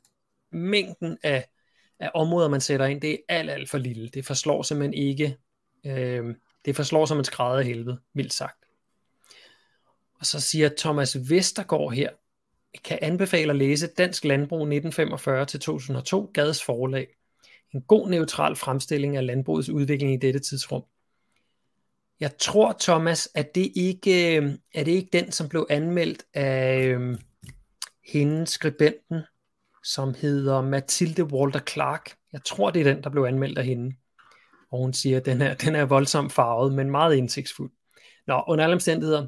mængden af, af områder, man sætter ind, det er alt, alt for lille. Det forslår simpelthen ikke, øh, det forslår som en skrædder af helvede, mildt sagt. Og så siger Thomas Vestergaard her, kan anbefale at læse Dansk Landbrug nitten femogfyrre til to tusind og to, Gads Forlag. En god neutral fremstilling af landbrugets udvikling i dette tidsrum. Jeg tror, Thomas, at det ikke er det ikke den, som blev anmeldt af øh, hende, skribenten, som hedder Mathilde Walter Clark. Jeg tror, det er den, der blev anmeldt af hende. Og hun siger, at den er, den er voldsomt farvet, men meget indsigtsfuld. Nå, under alle omstændigheder.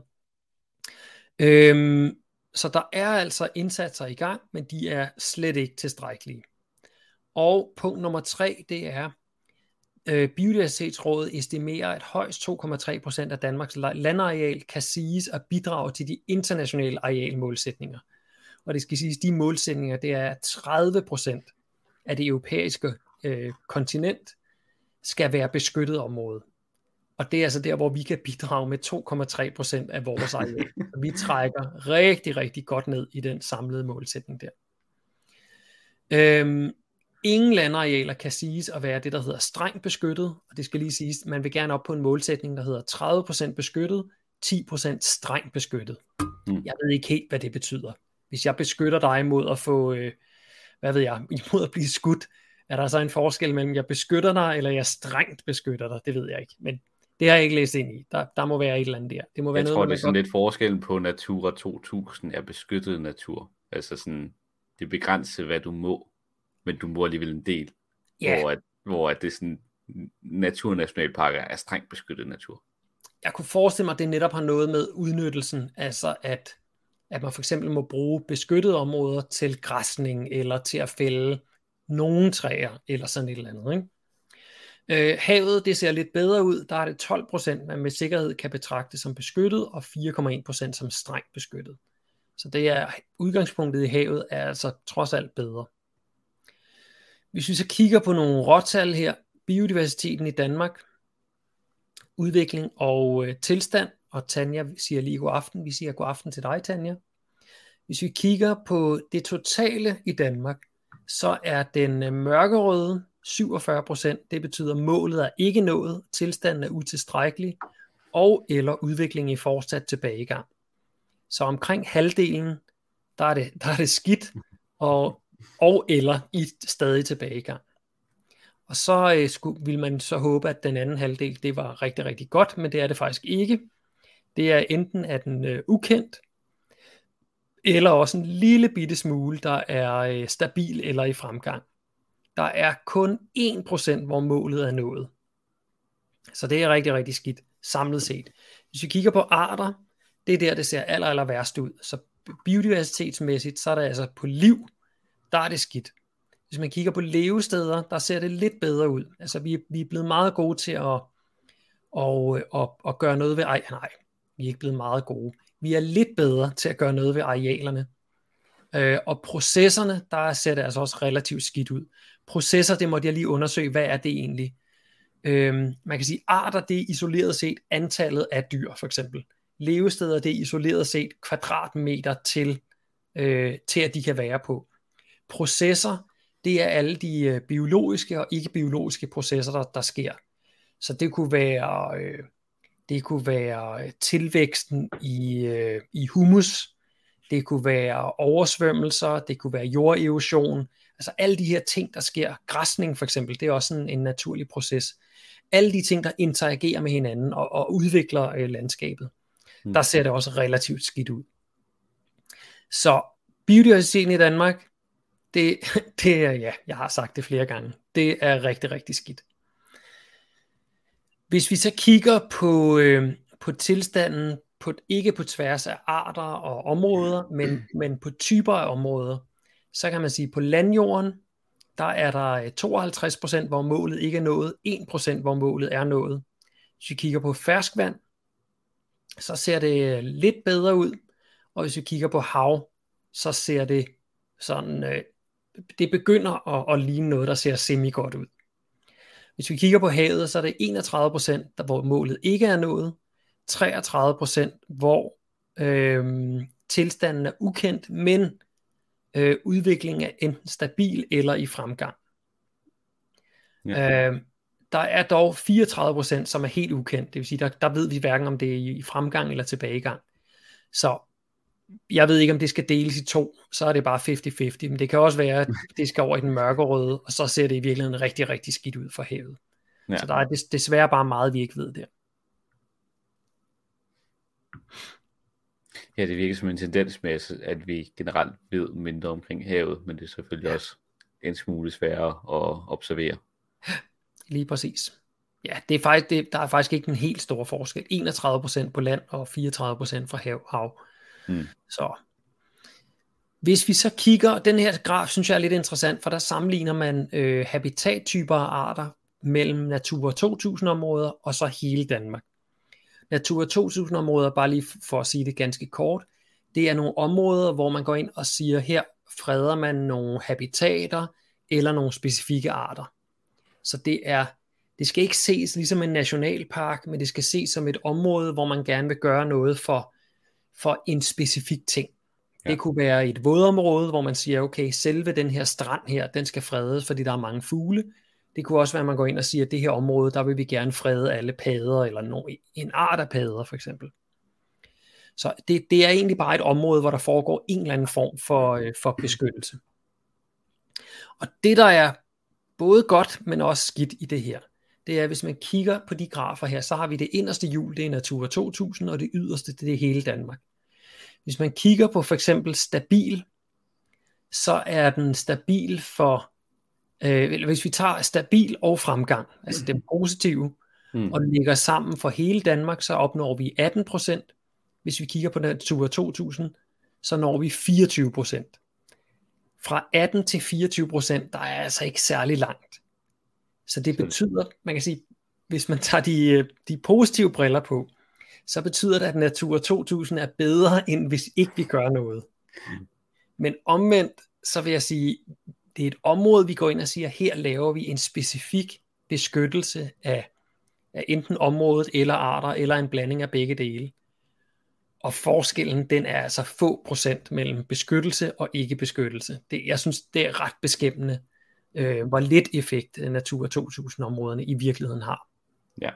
Øhm, så der er altså indsatser i gang, men de er slet ikke tilstrækkelige. Og punkt nummer tre, det er, øh, Biodiversitetsrådet estimerer, at højst to komma tre procent af Danmarks landareal kan siges at bidrage til de internationale arealmålsætninger. Og det skal siges, de målsætninger, det er tredive procent af det europæiske øh, kontinent skal være beskyttet område. Og det er altså der, hvor vi kan bidrage med to komma tre procent af vores areal. Vi trækker rigtig, rigtig godt ned i den samlede målsætning der. Øhm, ingen landarealer kan siges at være det, der hedder strengt beskyttet. Og det skal lige siges, man vil gerne op på en målsætning, der hedder tredive procent beskyttet, ti procent strengt beskyttet. Mm. Jeg ved ikke helt, hvad det betyder. Hvis jeg beskytter dig mod at få, øh, hvad ved jeg, imod at blive skudt, er der så en forskel mellem, jeg beskytter dig, eller jeg strengt beskytter dig? Det ved jeg ikke, men det har jeg ikke læst ind i. Der, der må være et eller andet der. Det må være jeg noget, tror, det er sådan godt... lidt forskellen på Natura to tusind er beskyttet natur. Altså sådan, det begrænser, hvad du må, men du må alligevel en del. Yeah. Hvor, at, hvor at det sådan, naturnationalparker er strengt beskyttet natur. Jeg kunne forestille mig, at det netop har noget med udnyttelsen, altså at, at man for eksempel må bruge beskyttede områder til græsning, eller til at fælde nogle træer, eller sådan et eller andet, ikke? Øh, havet, det ser lidt bedre ud. Der er det tolv procent, man med sikkerhed kan betragte som beskyttet, og fire komma en procent som strengt beskyttet. Så det er udgangspunktet i havet er altså trods alt bedre. Hvis vi så kigger på nogle råtal her, biodiversiteten i Danmark, udvikling og øh, tilstand, og Tanja siger lige god aften, vi siger god aften til dig, Tanja. Hvis vi kigger på det totale i Danmark, så er den øh, mørkerøde syvogfyrre procent, det betyder, at målet er ikke nået, tilstanden er utilstrækkelig, og eller udvikling i fortsat tilbagegang. Så omkring halvdelen, der er det, der er det skidt, og, og eller i stadig tilbagegang. Og så øh, skulle, vil man så håbe, at den anden halvdel, det var rigtig, rigtig godt, men det er det faktisk ikke. Det er enten at den øh, ukendt, eller også en lille bitte smule, der er øh, stabil eller i fremgang. Der er kun en procent, hvor målet er nået. Så det er rigtig, rigtig skidt samlet set. Hvis vi kigger på arter, det er der, det ser aller, aller værst ud. Så biodiversitetsmæssigt, så er der altså på liv, der er det skidt. Hvis man kigger på levesteder, der ser det lidt bedre ud. Altså vi, vi er blevet meget gode til at, at, at, at gøre noget ved... Ej, nej, vi er ikke blevet meget gode. Vi er lidt bedre til at gøre noget ved arealerne. Øh, og processerne, der ser det altså også relativt skidt ud. Processer, det måtte jeg lige undersøge, hvad er det egentlig? Øh, man kan sige, arter, det er isoleret set antallet af dyr, for eksempel. Levesteder, det er isoleret set kvadratmeter til, øh, til at de kan være på. Processer, det er alle de øh, biologiske og ikke-biologiske processer, der, der sker. Så det kunne være, øh, det kunne være tilvæksten i, øh, i humus, det kunne være oversvømmelser, det kunne være jorderosion, altså alle de her ting, der sker. Græsning for eksempel, det er også en, en naturlig proces. Alle de ting, der interagerer med hinanden og, og udvikler øh, landskabet. Mm. Der ser det også relativt skidt ud. Så biodiversiteten i Danmark, det, det er, ja, jeg har sagt det flere gange, det er rigtig, rigtig skidt. Hvis vi så kigger på, øh, på tilstanden, på, ikke på tværs af arter og områder, men, men på typer af områder, så kan man sige, på landjorden, der er der tooghalvtreds procent, hvor målet ikke er nået, en procent, hvor målet er nået. Hvis vi kigger på ferskvand, så ser det lidt bedre ud, og hvis vi kigger på hav, så ser det sådan, øh, det begynder at, at ligne noget, der ser semi godt ud. Hvis vi kigger på havet, så er det enogtredive procent, hvor målet ikke er nået, treogtredive procent, hvor øh, tilstanden er ukendt, men øh, udviklingen er enten stabil eller i fremgang. Ja. Øh, der er dog fireogtredive procent, som er helt ukendt. Det vil sige, der, der ved vi hverken, om det er i fremgang eller tilbagegang. Så jeg ved ikke, om det skal deles i to, så er det bare halvtreds halvtreds, men det kan også være, at det skal over i den mørkerøde, og så ser det i virkeligheden rigtig, rigtig skidt ud for havet. Ja. Så der er des, desværre bare meget, vi ikke ved der. Ja, det virker som en tendens med, at vi generelt ved mindre omkring havet, men det er selvfølgelig ja. også en smule sværere at observere. Lige præcis. Ja, det er faktisk, det, der er faktisk ikke en helt stor forskel. enogtredive procent på land og fireogtredive procent fra hav. hav. Mm. Så hvis vi så kigger, den her graf synes jeg er lidt interessant, for der sammenligner man øh, habitattyper og arter mellem Natura to tusind områder og så hele Danmark. Natura to tusind områder, bare lige for at sige det ganske kort, det er nogle områder, hvor man går ind og siger, her freder man nogle habitater eller nogle specifikke arter. Så det er, det skal ikke ses ligesom en nationalpark, men det skal ses som et område, hvor man gerne vil gøre noget for, for en specifik ting. Ja. Det kunne være et vådområde, hvor man siger, okay, selve den her strand her, den skal fredes, fordi der er mange fugle. Det kunne også være, at man går ind og siger, at det her område, der vil vi gerne frede alle padder, eller no, en art af padder for eksempel. Så det, det er egentlig bare et område, hvor der foregår en eller anden form for, for beskyttelse. Og det, der er både godt, men også skidt i det her, det er, hvis man kigger på de grafer her, så har vi det inderste hjul, det er Natura to tusind, og det yderste, det er hele Danmark. Hvis man kigger på for eksempel stabil, så er den stabil for, øh, hvis vi tager stabil og fremgang, altså det positive, mm. og lægger sammen for hele Danmark, så opnår vi atten procent. Hvis vi kigger på Natura to tusind, så når vi fireogtyve procent. Fra atten til fireogtyve procent, der er altså ikke særlig langt. Så det betyder, man kan sige, hvis man tager de, de positive briller på, så betyder det, at Natura to tusind er bedre, end hvis ikke vi gør noget. Men omvendt, så vil jeg sige, det er et område, vi går ind og siger, her laver vi en specifik beskyttelse af, af enten området eller arter, eller en blanding af begge dele. Og forskellen, den er altså få procent mellem beskyttelse og ikke beskyttelse. Det, jeg synes, det er ret beskæmmende, øh, hvor lidt effekt Natura to tusind områderne i virkeligheden har. Ja.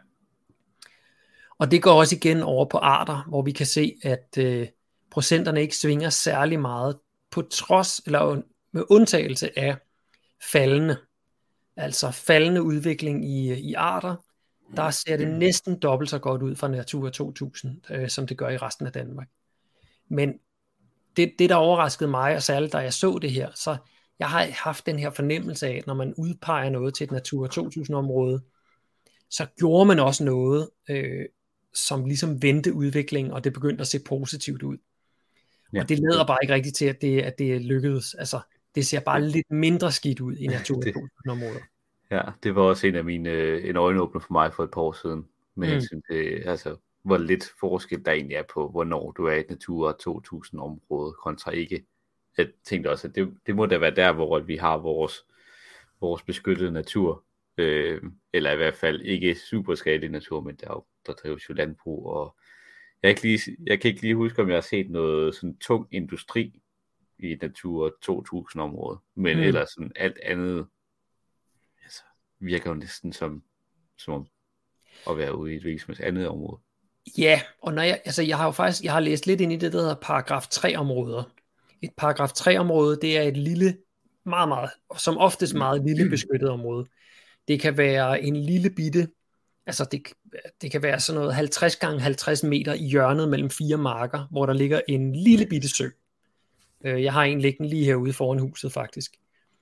Og det går også igen over på arter, hvor vi kan se, at øh, procenterne ikke svinger særlig meget, på trods, eller med undtagelse af faldende. Altså faldende udvikling i, i arter, der ser det næsten dobbelt så godt ud fra Natura to tusind, øh, som det gør i resten af Danmark. Men det, det, der overraskede mig, og særligt da jeg så det her, så jeg har haft den her fornemmelse af, at når man udpeger noget til et Natura to tusind område, så gjorde man også noget, øh, som ligesom vendte udviklingen, og det begyndte at se positivt ud. Ja. Og det leder bare ikke rigtigt til, at det, at det lykkedes. Altså, det ser bare lidt mindre skidt ud i Natura to tusind områder. Ja, det var også en af mine en øjenåbner for mig for et par år siden, med mm. hensyn til, altså, hvor lidt forskel der egentlig er på, hvornår du er i et Natura to tusind område kontra ikke. Jeg tænkte også, at det, det må da være der, hvor vi har vores, vores beskyttede natur, øh, eller i hvert fald ikke super skadelig natur, men der, der drives jo landbrug, og jeg, ikke lige, jeg kan ikke lige huske, om jeg har set noget sådan tung industri i Natura to tusind området, men mm. ellers sådan alt andet, altså, virker jo næsten som, som at være ude i et hvilket andet område. Ja, og når jeg, altså jeg har jo faktisk, jeg har læst lidt ind i det, der hedder paragraf tre områder. Et paragraf tre område, det er et lille, meget, meget, som oftest meget lille beskyttet område. Det kan være en lille bitte, altså det, det kan være sådan noget halvtreds gange halvtreds meter i hjørnet mellem fire marker, hvor der ligger en lille bitte sø. Jeg har en liggende lige herude foran huset faktisk.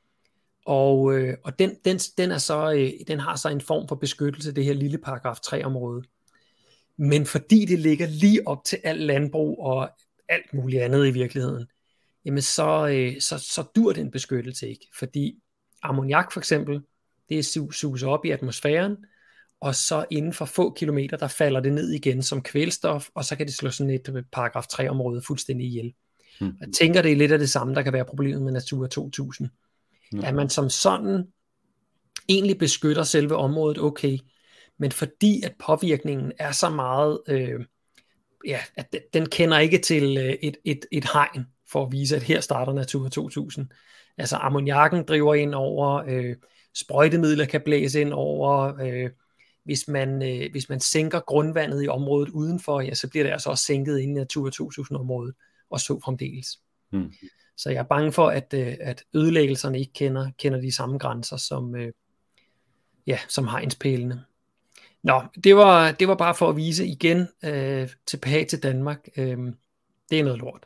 Og, øh, og den, den, den, er så, øh, den har så en form for beskyttelse, det her lille paragraf tre område. Men fordi det ligger lige op til alt landbrug og alt muligt andet i virkeligheden, jamen så, øh, så, så dur den beskyttelse ikke. Fordi ammoniak for eksempel, det suges op i atmosfæren, og så inden for få kilometer, der falder det ned igen som kvælstof, og så kan det slå sådan et paragraf tre område fuldstændig ihjel. Hmm. Jeg tænker, det er lidt af det samme, der kan være problemet med Natura to tusind. Hmm. At man som sådan egentlig beskytter selve området okay, men fordi at påvirkningen er så meget, øh, ja, at den kender ikke til øh, et, et, et hegn, for at vise, at her starter Natura to tusind. Altså ammoniakken driver ind over, øh, sprøjtemidler kan blæse ind over, øh, hvis, man, øh, hvis man sænker grundvandet i området udenfor, ja, så bliver det altså også sænket inde i Natura to tusind-området, og så fremdeles. Mm. Så jeg er bange for, at, øh, at ødelæggelserne ikke kender, kender de samme grænser, som, øh, ja, som hegnspælene. Nå, det var, det var bare for at vise igen øh, tilbage til Danmark. Øh, det er noget lort.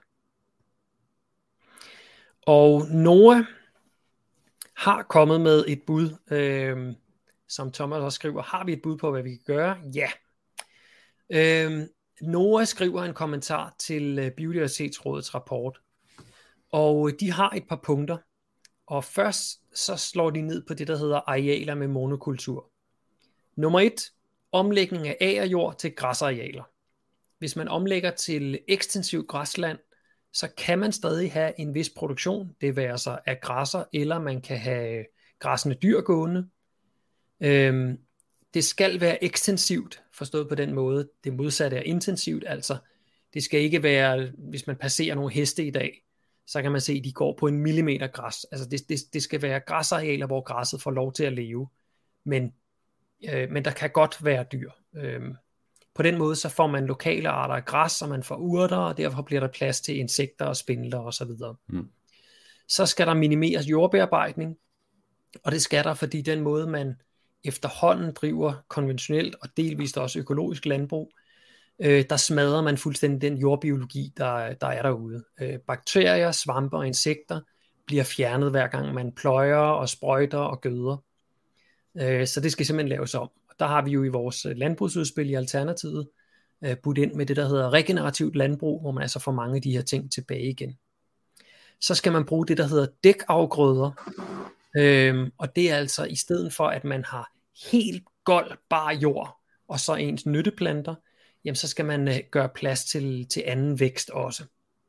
Og NOAH har kommet med et bud, øh, som Thomas også skriver. Har vi et bud på, hvad vi kan gøre? Ja. Øh, NOAH skriver en kommentar til Biodiversitetsrådets rapport, og de har et par punkter. Og først så slår de ned på det, der hedder arealer med monokultur. Nummer et, omlægning af agerjord til græsarealer. Hvis man omlægger til ekstensivt græsland, så kan man stadig have en vis produktion, det være sig af græsser, eller man kan have græssende dyr gående. Øhm, det skal være ekstensivt, forstået på den måde. Det modsatte er intensivt, altså det skal ikke være, hvis man passerer nogle heste i dag, så kan man se, at de går på en millimeter græs. Altså det, det, det skal være græsarealer, hvor græsset får lov til at leve, men, øh, men der kan godt være dyr. Øhm, På den måde så får man lokale arter af græs, og man får urter, og derfor bliver der plads til insekter og spindler osv. Mm. Så skal der minimeres jordbearbejdning, og det skal der, fordi den måde man efterhånden driver konventionelt og delvist også økologisk landbrug, øh, der smadrer man fuldstændig den jordbiologi, der, der er derude. Øh, bakterier, svampe og insekter bliver fjernet hver gang man pløjer og sprøjter og gøder. Øh, så det skal simpelthen laves om. Der har vi jo i vores landbrugsudspil i Alternativet øh, budt ind med det, der hedder regenerativt landbrug, hvor man altså får mange af de her ting tilbage igen. Så skal man bruge det, der hedder dækafgrøder, øhm, og det er altså i stedet for, at man har helt gold, bar jord, og så ens nytteplanter, jamen så skal man øh, gøre plads til, til anden vækst også.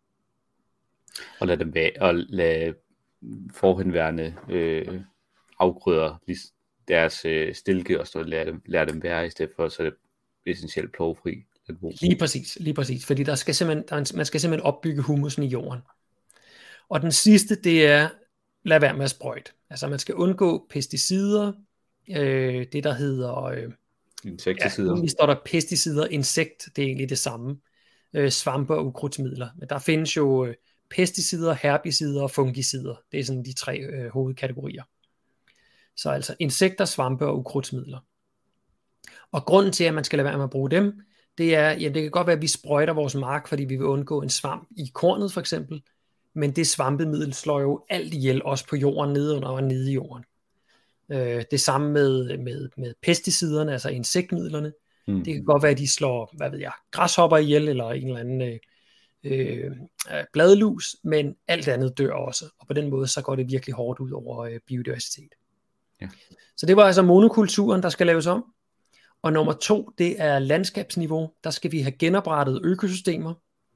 Og lade dem være, og lade forhenværende øh, afgrøder ligesom deres øh, stilke, og så lære dem, lære dem være i stedet for, så det er essentielt plovfri. Lige præcis, lige præcis, fordi der skal simpelthen, der, man skal simpelthen opbygge humusen i jorden. Og den sidste, det er, lad være med at sprøjte. Altså man skal undgå pesticider, øh, det der hedder, øh, insekticider. Ja, står der pesticider, insekt, det er egentlig det samme, øh, svampe og ukrudtsmidler. Men der findes jo øh, pesticider, herbicider og fungicider. Det er sådan de tre øh, hovedkategorier. Så altså insekter, svampe og ukrudtsmidler. Og grunden til, at man skal lade være med at bruge dem, det er, jamen det kan godt være, at vi sprøjter vores mark, fordi vi vil undgå en svamp i kornet for eksempel, men det svampemiddel slår jo alt ihjel, også på jorden, nedenunder og nede i jorden. Øh, det samme med, med, med pesticiderne, altså insektmidlerne. Mm. Det kan godt være, at de slår, hvad ved jeg, græshopper ihjel, eller en eller anden øh, øh, bladlus, men alt andet dør også. Og på den måde, så går det virkelig hårdt ud over øh, biodiversitet. Ja. Så det var altså monokulturen, der skal laves om. Og nummer to, det er landskabsniveau. Der skal vi have genoprettet økosystemer.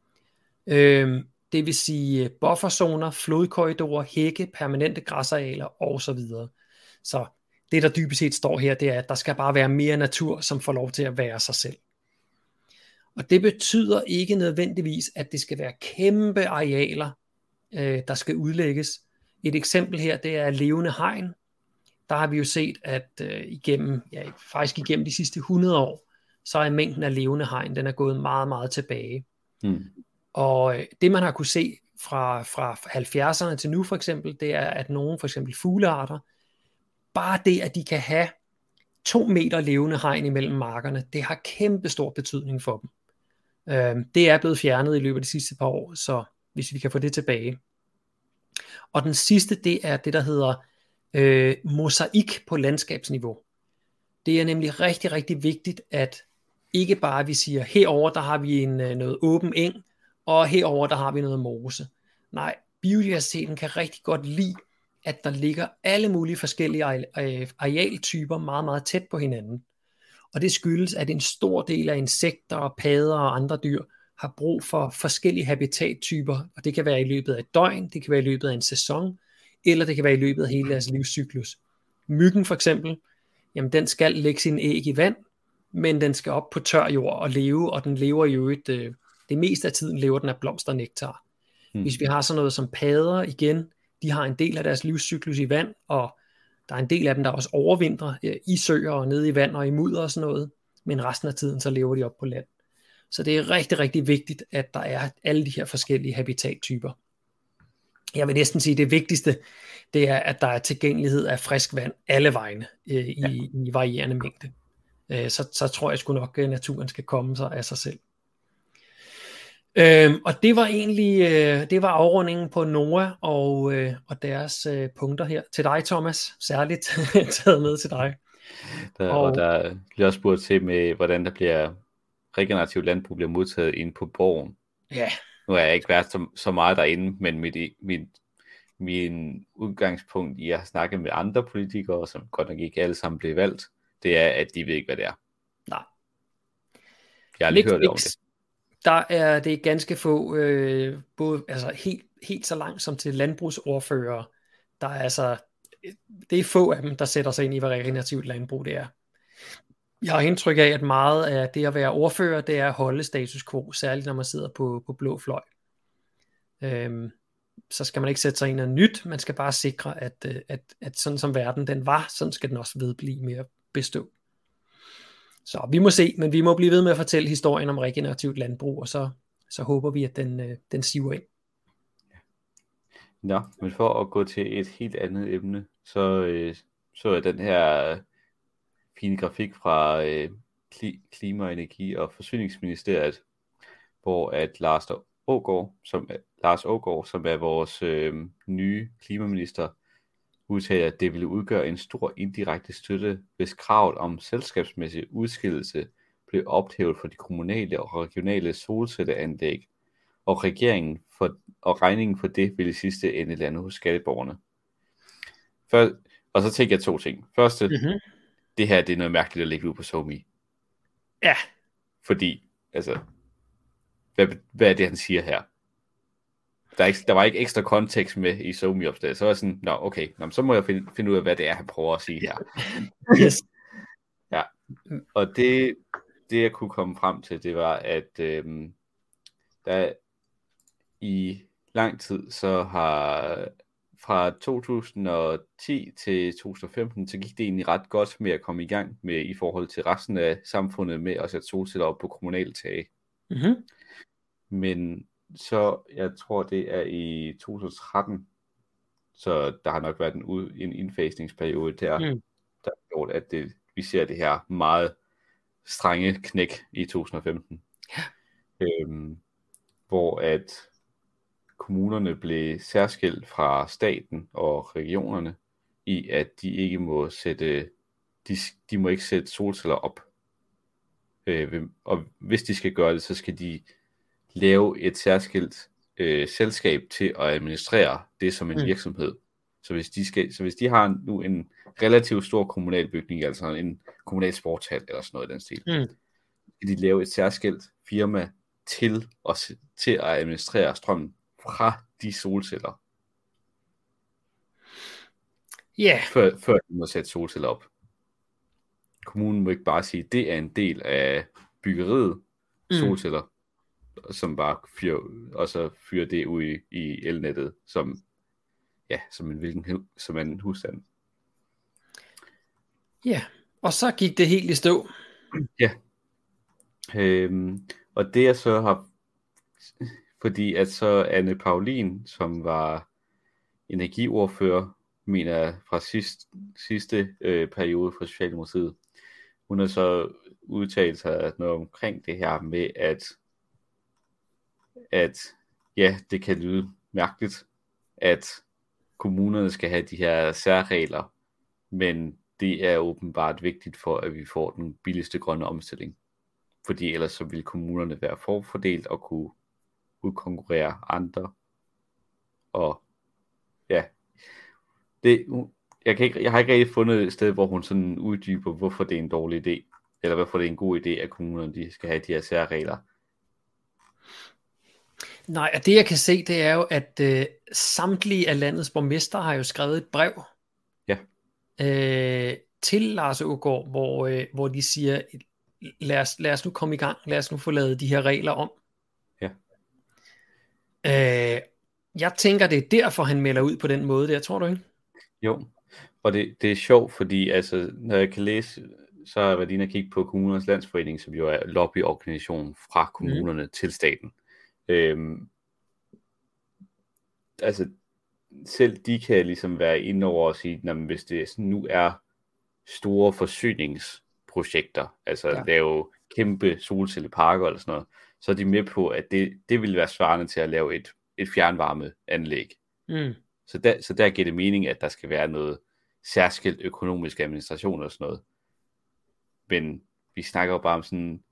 Øhm, det vil sige bufferzoner, flodkorridorer, hække, permanente græsarealer osv. Så det, der dybest set står her, det er, at der skal bare være mere natur, som får lov til at være sig selv. Og det betyder ikke nødvendigvis, at det skal være kæmpe arealer, øh, der skal udlægges. Et eksempel her, det er levende hegn. Der har vi jo set, at øh, igennem, ja, faktisk igennem de sidste hundrede år, så er mængden af levende hegn, den er gået meget, meget tilbage. Mm. Og øh, det man har kunne se fra, fra halvfjerdserne til nu for eksempel, det er, at nogle for eksempel fuglearter, bare det, at de kan have to meter levende hegn imellem markerne, det har kæmpe stor betydning for dem. Øh, det er blevet fjernet i løbet af de sidste par år, så hvis vi kan få det tilbage. Og den sidste, det er det, der hedder Øh, mosaik på landskabsniveau. Det er nemlig rigtig, rigtig vigtigt, at ikke bare vi siger, herover der har vi en, noget åben eng, og herover der har vi noget mose. Nej, biodiversiteten kan rigtig godt lide, at der ligger alle mulige forskellige arealtyper meget, meget tæt på hinanden. Og det skyldes, at en stor del af insekter og padder og andre dyr har brug for forskellige habitattyper, og det kan være i løbet af et døgn, det kan være i løbet af en sæson, eller det kan være i løbet af hele deres livscyklus. Myggen for eksempel, jamen den skal lægge sin æg i vand, men den skal op på tør jord og leve, og den lever jo et, øh, det meste af tiden lever den af blomsternektar. Mm. Hvis vi har sådan noget som padder igen, de har en del af deres livscyklus i vand, og der er en del af dem, der også overvintrer øh, i søer og nede i vand og i mudder og sådan noget, men resten af tiden så lever de op på land. Så det er rigtig, rigtig vigtigt, at der er alle de her forskellige habitattyper. Jeg vil næsten sige, at det vigtigste, det er, at der er tilgængelighed af frisk vand alle vegne øh, i, ja. i varierende mængde. Øh, så, så tror jeg sgu nok, at naturen skal komme sig af sig selv. Øhm, og det var egentlig øh, det var afrundingen på NOAH og, øh, og deres øh, punkter her. Til dig, Thomas, særligt taget med til dig. Der, og, og der bliver også spurgt til med, hvordan der bliver regenerativt landbrug bliver modtaget inde på borgen. Ja. Nu har jeg ikke været så, så meget derinde, men mit, mit, min udgangspunkt i at snakke med andre politikere, som godt nok ikke alle sammen blev valgt, det er, at de ved ikke, hvad det er. Nej. Jeg har aldrig hørt om det. Der er det ganske få, øh, både altså helt, helt så langt som til landbrugsordførere. Der er altså, det er få af dem, der sætter sig ind i, hvad regenerativt landbrug det er. Jeg har indtryk af, at meget af det at være ordfører, det er at holde status quo, særligt når man sidder på, på blå fløj. Øhm, så skal man ikke sætte sig ind i noget nyt, man skal bare sikre, at, at, at sådan som verden den var, sådan skal den også vedblive med at bestå. Så vi må se, men vi må blive ved med at fortælle historien om regenerativt landbrug, og så, så håber vi, at den, den siver ind. Nå, men for at gå til et helt andet emne, så, øh, så er den her fine grafik fra øh, Klima-, Energi- og Forsyningsministeriet, hvor at Lars Aagaard, som, Lars Aagaard, som er vores øh, nye klimaminister, udtaler, at det ville udgøre en stor indirekte støtte, hvis kravet om selskabsmæssig udskillelse blev ophævet for de kommunale og regionale solcelleanlæg, og regeringen for, og regningen for det ville i sidste ende lande hos skatteborgerne. Før, og så tænker jeg to ting. Første, mm-hmm. det her det er noget mærkeligt at lægge ud på SoMe. Ja. Fordi, altså, hvad, hvad er det, han siger her? Der, er ikke, der var ikke ekstra kontekst med i SoMe-opslaget. Så var jeg sådan, nå okay, nå, så må jeg finde, finde ud af, hvad det er, han prøver at sige her. Yes. Ja, og det, det jeg kunne komme frem til, det var, at øhm, der i lang tid, så har fra to tusind og ti til to tusind og femten, så gik det egentlig ret godt med at komme i gang med i forhold til resten af samfundet med at sætte solceller op på kommunale tage. Mm-hmm. Men så, jeg tror det er i to tusind og tretten, så der har nok været en, ud, en indfasningsperiode der, mm. der har gjort, at det, vi ser det her meget strenge knæk i to tusind og femten. Ja. Øhm, hvor at kommunerne blev særskilt fra staten og regionerne i, at de ikke må sætte, de, de må ikke sætte solceller op. Øh, og hvis de skal gøre det, så skal de lave et særskilt øh, selskab til at administrere det som en mm. virksomhed. Så hvis, de skal, så hvis de har nu en relativt stor kommunal bygning, altså en kommunal sportshal eller sådan noget i den stil, mm. skal de lave et særskilt firma til at, til at administrere strømmen fra de solceller. Ja. Yeah. Før, før de må sætte solceller op. Kommunen må ikke bare sige, at det er en del af byggeriet, mm. solceller, som bare fyrer, og så fyrer det ud i, i elnettet, som, ja, som en hvilken som en husstand. Ja, og så gik det helt i stå. Ja. Øhm, og det jeg så har, fordi at så Anne Paulin, som var energiordfører, mener jeg, fra sidst, sidste øh, periode for Socialdemokratiet, hun har så udtalt sig noget omkring det her med, at at ja, det kan lyde mærkeligt, at kommunerne skal have de her særregler, men det er åbenbart vigtigt for, at vi får den billigste grønne omstilling. Fordi ellers så vil kommunerne være forfordelt og kunne udkonkurrere andre. Og ja, det, jeg, kan ikke, jeg har ikke rigtig fundet et sted, hvor hun sådan uddyber, hvorfor det er en dårlig idé, eller hvorfor det er en god idé, at kommunerne de skal have de her særregler. Nej, og det jeg kan se, det er jo, at øh, samtlige af landets borgmester har jo skrevet et brev ja. øh, til Lars Aagaard, hvor, øh, hvor de siger, lad os, lad os nu komme i gang, lad os nu få lavet de her regler om. Ja. Øh, Jeg tænker, det er derfor, han melder ud på den måde der, tror du ikke? Jo, og det, det er sjovt, fordi altså, når jeg kan læse, så har jeg været inde og kigge på Kommunernes Landsforening, som jo er lobbyorganisationen fra kommunerne mm. til staten. Øhm, altså, selv de kan ligesom være inde over og sige, at hvis det nu er store forsyningsprojekter, altså ja. lave kæmpe solcelleparker eller sådan noget, så er de med på, at det, det vil være svarende til at lave et, et fjernvarmeanlæg. Mm. Så, der, så der giver det mening, at der skal være noget særskilt økonomisk administration og sådan noget. Men vi snakker jo bare om sådan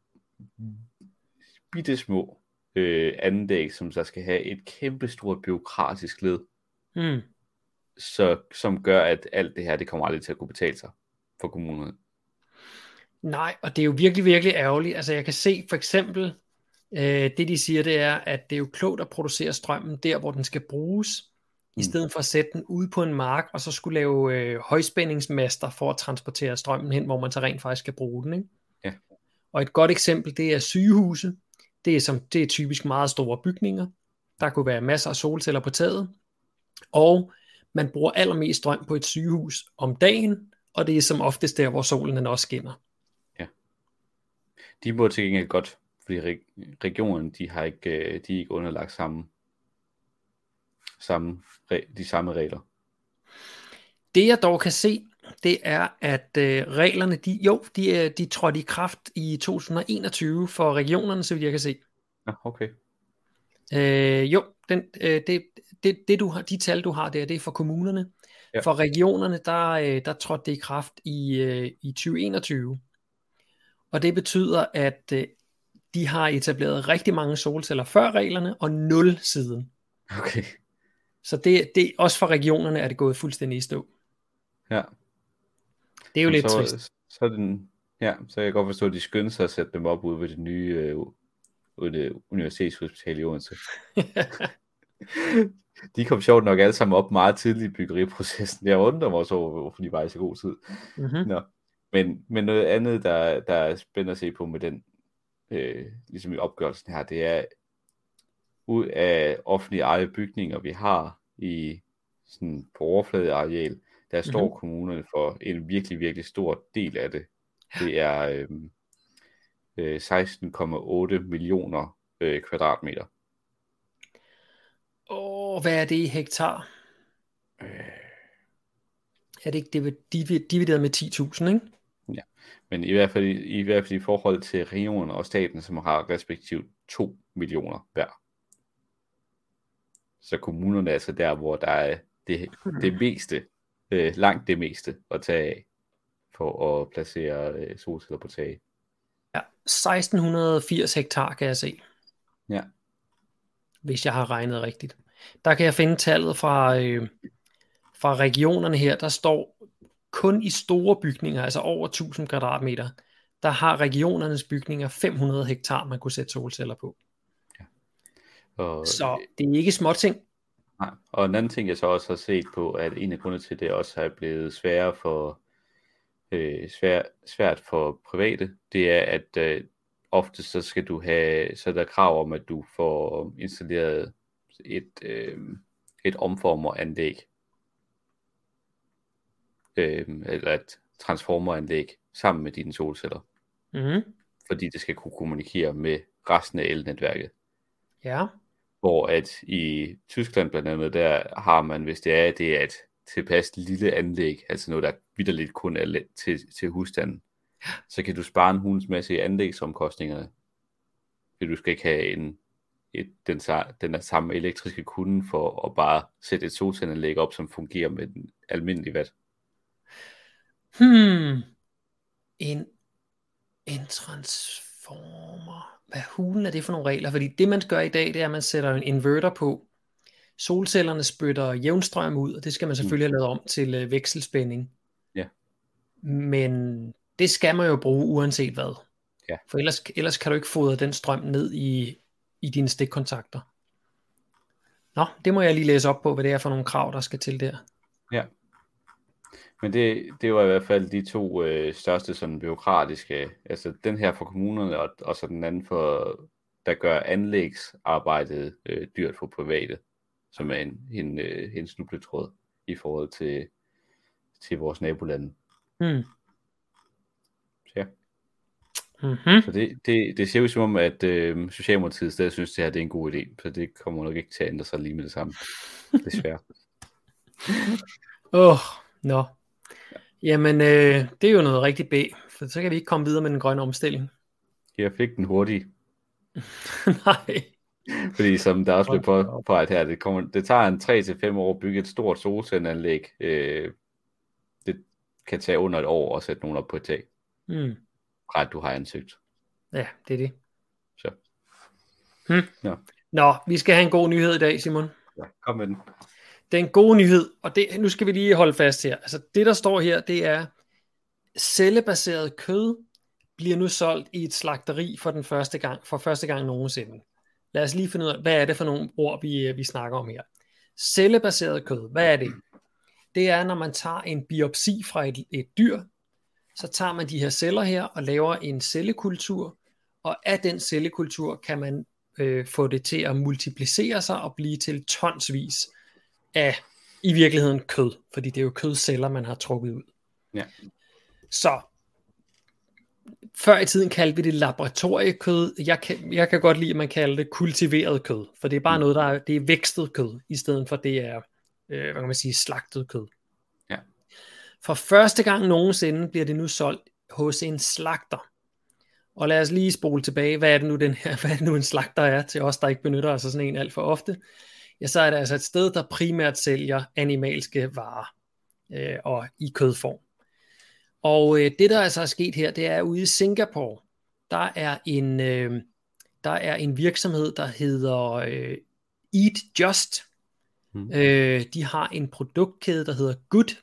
bitte små øh, anlæg, som der skal have et kæmpe stort bureaukratisk led, mm. så, som gør, at alt det her, det kommer aldrig til at kunne betale sig for kommunerne. Nej, og det er jo virkelig, virkelig ærgerligt. Altså jeg kan se for eksempel, øh, det de siger, det er, at det er jo klogt at producere strømmen der, hvor den skal bruges, mm. i stedet for at sætte den ude på en mark, og så skulle lave øh, højspændingsmaster for at transportere strømmen hen, hvor man så rent faktisk skal bruge den. Ikke? Ja. Og et godt eksempel, det er sygehuse. Det er, som, det er typisk meget store bygninger. Der kunne være masser af solceller på taget. Og man bruger allermest strøm på et sygehus om dagen, og det er som oftest der, hvor solen den også skinner. Ja. De må til gengæld godt, fordi regionen, de har ikke, de er ikke underlagt samme, samme, de samme regler. Det jeg dog kan se, det er, at øh, reglerne, de, jo, de, de trådte i kraft i to tusind og enogtyve for regionerne, så vidt jeg kan se. Ja, okay. Øh, jo, den, øh, det, det, det du har, de tal, du har der, det er for kommunerne. Ja. For regionerne, der, øh, der trådte det i kraft i, øh, i tyve enogtyve. Og det betyder, at øh, de har etableret rigtig mange solceller før reglerne, og nul siden. Okay. Så det, det, også for regionerne er det gået fuldstændig i stå. Ja. Det er jo men lidt så, trist. Så, den, ja, så jeg kan godt forstå, at de skynder sig at sætte dem op ude ved det nye øh, ude det universitetshospital i Odense. De kom sjovt nok alle sammen op meget tidligt i byggeriprocessen. Jeg undrer mig også over, hvorfor de var i så god tid. Mm-hmm. Nå. Men, men noget andet, der, der er spændende at se på med den, øh, ligesom i opgørelsen her, det er, ud af offentlige eje bygninger, vi har i sådan på overfladeareal, der står mm-hmm. kommunerne for en virkelig, virkelig stor del af det. Det er øh, øh, seksten komma otte millioner øh, kvadratmeter. Åh, hvad er det i hektar? Øh. Er det ikke divideret med ti tusind, ikke? Ja, men i hvert fald i, i hvert fald i forhold til regionerne og staten, som har respektivt to millioner hver. Så kommunerne er altså der, hvor der er det, det meste, øh, langt det meste at tage af, for at placere øh, solceller på tage. Ja, seksten firs hektar kan jeg se. Ja. Hvis jeg har regnet rigtigt. Der kan jeg finde tallet fra, øh, fra regionerne her, der står kun i store bygninger, altså over tusind kvadratmeter, der har regionernes bygninger fem hundrede hektar, man kunne sætte solceller på. Ja. Og så det er ikke småting. Nej. Og en anden ting, jeg så også har set på, at en af grundene til det også er blevet sværere for, øh, svær, svært for private, det er, at øh, ofte så skal du have, så er der krav om, at du får installeret et, øh, et omformeranlæg, øh, eller et transformeranlæg sammen med dine solceller. Mm-hmm. Fordi det skal kunne kommunikere med resten af elnetværket. Ja. Hvor at i Tyskland blandt andet, der har man, hvis det er, det er et tilpas lille anlæg, altså noget, der vitterligt kun er til, til husstanden, så kan du spare en hulens masse i anlægsomkostningerne. Fordi du skal ikke have en, et, den, den samme elektriske kunde for at bare sætte et solcelleanlæg op, som fungerer med den almindelige watt. Hmm. En, en transformer. Hvad hulen er det for nogle regler? Fordi det man gør i dag, det er, at man sætter en inverter på. Solcellerne spytter jævnstrøm ud, og det skal man selvfølgelig have lavet om til øh, vekselspænding. Ja. Men det skal man jo bruge uanset hvad. Ja. For ellers, ellers kan du ikke fodre den strøm ned i, i dine stikkontakter. Nå, det må jeg lige læse op på, hvad det er for nogle krav, der skal til der. Ja. Men det, det var i hvert fald de to øh, største sådan bureaukratiske, altså den her for kommunerne, og, og så den anden for, der gør anlægsarbejdet øh, dyrt for private. som er en, en, en snubletråd i forhold til, til vores nabolande. Mm. Ja. Mm-hmm. Så det, det, det ser jo som om, at øh, Socialdemokratiet stadig synes, at det her det er en god idé, så det kommer nok ikke til at ændre sig lige med det samme, desværre. Åh, oh, nå. Ja. Jamen, øh, det er jo noget rigtig B, for så kan vi ikke komme videre med den grønne omstilling. Jeg fik den hurtigt. Nej. Fordi som der også blev på, på at her, det, kommer, det tager en tre til fem år at bygge et stort solcelleanlæg. Øh, det kan tage under et år at sætte nogen op på et tag. Mm. Ret, du har ansøgt. Ja, det er det. Så. Hmm. Nå. Nå, vi skal have en god nyhed i dag, Simon. Ja, kom med den. Den gode nyhed, og det, nu skal vi lige holde fast her. Altså det, der står her, det er, cellebaseret kød bliver nu solgt i et slagteri for den første gang, for første gang nogensinde. Lad os lige finde ud af, hvad er det for nogle ord, vi, vi snakker om her. Cellebaseret kød, hvad er det? Det er, når man tager en biopsi fra et, et dyr, så tager man de her celler her og laver en cellekultur, og af den cellekultur kan man øh, få det til at multiplicere sig og blive til tonsvis af i virkeligheden kød, fordi det er jo kødceller, man har trukket ud. Ja. Så før i tiden kaldte vi det laboratoriekød. Jeg kan, jeg kan godt lide, at man kalder det kultiveret kød, for det er bare mm. noget, der er, det er vækstet kød, i stedet for det er, øh, hvad kan man sige, slagtet kød. Ja. For første gang nogensinde bliver det nu solgt hos en slagter. Og lad os lige spole tilbage, hvad er det nu, den her, hvad er det nu en slagter er, til os, der ikke benytter os af sådan en alt for ofte. Ja, så er det altså et sted, der primært sælger animalske varer øh, og i kødform. Og øh, det, der altså er sket her, det er ude i Singapore, der er en, øh, der er en virksomhed, der hedder øh, Eat Just. Mm. Øh, de har en produktkæde, der hedder Good.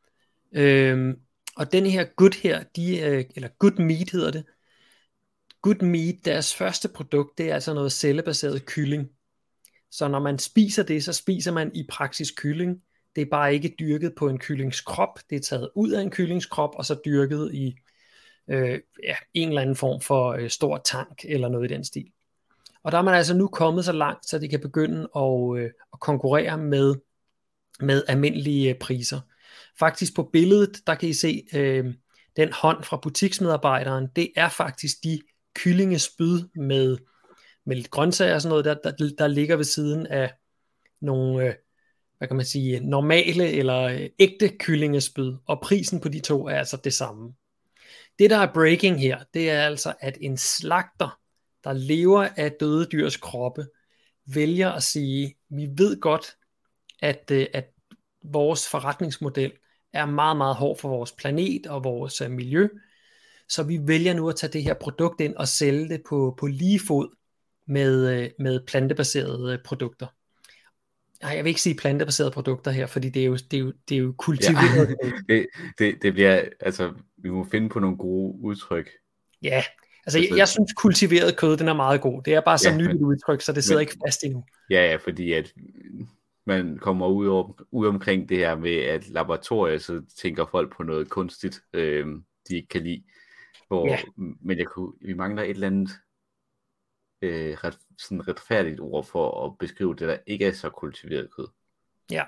Øh, og den her Good her, de, øh, eller Good Meat hedder det. Good Meat, deres første produkt, det er altså noget cellebaseret kylling. Så når man spiser det, så spiser man i praksis kylling. Det er bare ikke dyrket på en kyllings krop. Det er taget ud af en kyllings krop, og så dyrket i øh, ja, en eller anden form for øh, stor tank, eller noget i den stil. Og der er man altså nu kommet så langt, så de kan begynde at, øh, at konkurrere med, med almindelige øh, priser. Faktisk på billedet, der kan I se øh, den hånd fra butiksmedarbejderen. Det er faktisk de kyllingespyd med, med lidt grøntsager og sådan noget, der, der, der ligger ved siden af nogle... Øh, hvad kan man sige, normale eller ægte kyllingespyd, og prisen på de to er altså det samme. Det, der er breaking her, det er altså, at en slagter, der lever af døde dyrs kroppe, vælger at sige, vi ved godt, at, at vores forretningsmodel er meget, meget hård for vores planet og vores miljø, så vi vælger nu at tage det her produkt ind og sælge det på, på lige fod med, med plantebaserede produkter. Nej, jeg vil ikke sige plantebaserede produkter her, fordi det er jo, det er jo, det er jo kultiveret. Ja, det, det, det bliver, altså, vi må finde på nogle gode udtryk. Ja, altså jeg, jeg synes kultiveret kød, den er meget god. Det er bare så ja, nyt et udtryk, så det sidder men, ikke fast endnu. Ja, ja, fordi at man kommer ud, over, ud omkring det her med, at laboratorier, så tænker folk på noget kunstigt, øh, de ikke kan lide. Hvor, ja. Men jeg kunne, vi mangler et eller andet øh, ret, sådan retfærdigt ord for at beskrive det, der ikke er så kultiveret kød. Ja.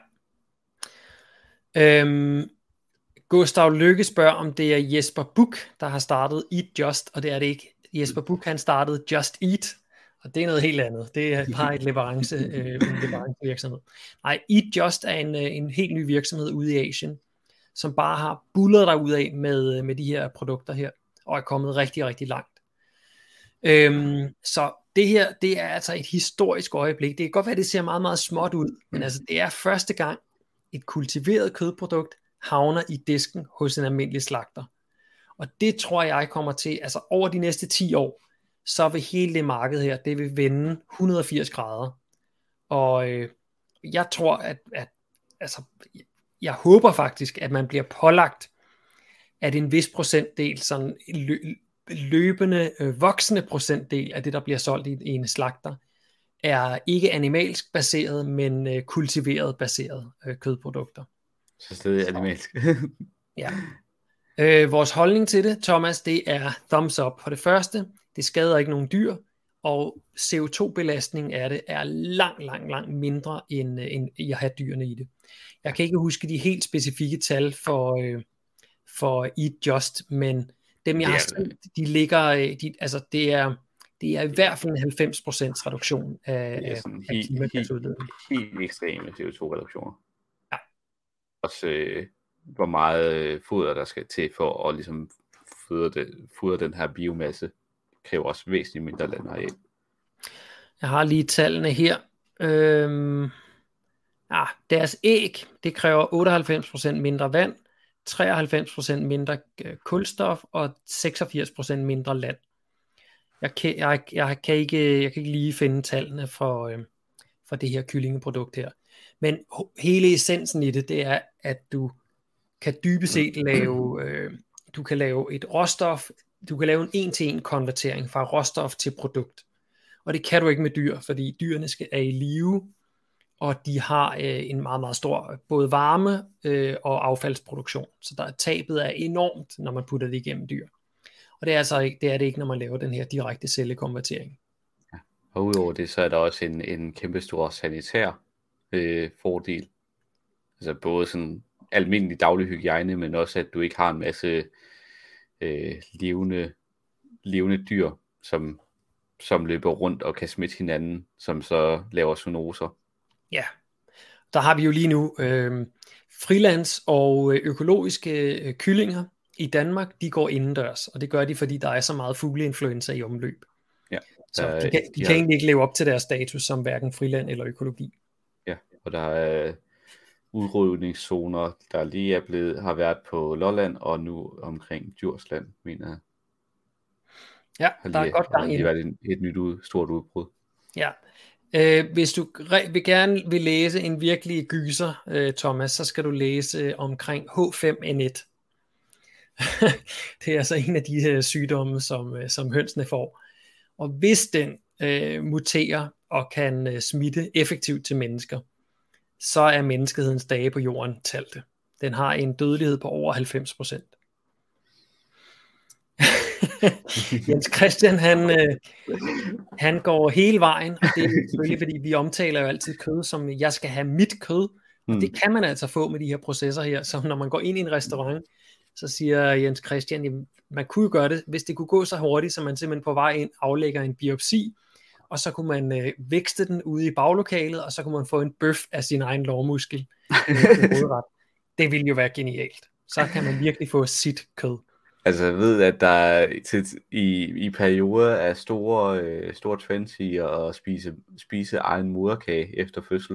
Øhm, Gustav Lykke spørger, om det er Jesper Buch, der har startet Eat Just, og det er det ikke. Jesper Buch, han startede Just Eat, og det er noget helt andet. Det er bare et leverance, øh, en leverancevirksomhed. Nej, Eat Just er en, en helt ny virksomhed ude i Asien, som bare har bullet derudad med, med de her produkter her, og er kommet rigtig, rigtig langt. Øhm, så det her, det er altså et historisk øjeblik. Det kan godt være, det ser meget, meget småt ud, men altså det er første gang, et kultiveret kødprodukt havner i disken hos en almindelig slagter. Og det tror jeg kommer til, altså over de næste ti år, så vil hele det marked her, det vil vende et hundrede og firs grader. Og øh, jeg tror, at, at altså, jeg håber faktisk, at man bliver pålagt, at en vis procentdel, sådan lø- løbende, øh, voksende procentdel af det, der bliver solgt i, i en slagter, er ikke animalsk baseret, men øh, kultiveret baseret øh, kødprodukter. Så stadig animalsk. Ja. Øh, vores holdning til det, Thomas, det er thumbs up. For det første, det skader ikke nogen dyr, og C O to belastningen af det er langt, langt, langt mindre end, end i at have dyrene i det. Jeg kan ikke huske de helt specifikke tal for, øh, for Eat Just, men dem jeg har set, de ligger, de, altså det er, det er i hvert fald en halvfems procent reduktion af, det er sådan af helt, klimagasudledning. Helt, helt ekstreme C O to reduktioner. Ja. Også øh, hvor meget foder der skal til for at ligesom fodre, det, fodre den her biomasse, kræver også væsentligt mindre landareal. Jeg har lige tallene her. Øhm, ah, deres æg, det kræver otteoghalvfems procent mindre vand, treoghalvfems procent mindre kulstof og seksogfirs procent mindre land. Jeg kan, jeg, jeg, kan ikke, jeg kan ikke lige finde tallene for, øh, for det her kyllingeprodukt her. Men hele essensen i det, det er, at du kan dybest set lave, øh, du kan lave et råstof, du kan lave en en-til-en konvertering fra råstof til produkt. Og det kan du ikke med dyr, fordi dyrene skal, er i live, og de har øh, en meget, meget stor både varme øh, og affaldsproduktion. Så der, tabet er enormt, når man putter det igennem dyr. Og det er, altså ikke, det er det ikke, når man laver den her direkte cellekonvertering. Ja. Og udover det, så er der også en, en kæmpe stor sanitær øh, fordel. Altså både sådan almindelig daglig hygiejne, men også at du ikke har en masse øh, levende, levende dyr, som, som løber rundt og kan smitte hinanden, som så laver zoonoser. Ja, der har vi jo lige nu øh, frilands og økologiske øh, kyllinger i Danmark, de går indendørs, og det gør de, fordi der er så meget fugleinfluenza i omløb. Ja, så øh, de kan, de ja. kan egentlig ikke leve op til deres status som hverken friland eller økologi. Ja, og der er udrydningszoner, der lige er blevet, har været på Lolland, og nu omkring Djursland, mener jeg. Ja, lige, der er godt gang i det. Det har lige været et, et nyt ud, stort udbrud. Ja. Øh, hvis du re- vil gerne vil læse en virkelig gyser, øh, Thomas, så skal du læse omkring H fem N et. Det er altså en af de her sygdomme, som, øh, som hønsene får. Og hvis den øh, muterer og kan øh, smitte effektivt til mennesker, så er menneskehedens dage på jorden talte. Den har en dødelighed på over halvfems procent. Jens Christian, han, øh, han går hele vejen, og det er selvfølgelig, fordi vi omtaler jo altid kød som, jeg skal have mit kød, og mm. det kan man altså få med de her processer her, så når man går ind i en restaurant, så siger Jens Christian, jamen, man kunne jo gøre det, hvis det kunne gå så hurtigt, så man simpelthen på vej ind aflægger en biopsi, og så kunne man øh, vækste den ude i baglokalet, og så kunne man få en bøf af sin egen lårmuskel. Det ville jo være genialt. Så kan man virkelig få sit kød. Altså jeg ved, at der til, i, i perioder er store, øh, store trends i at spise, spise egen moderkage efter fødsel.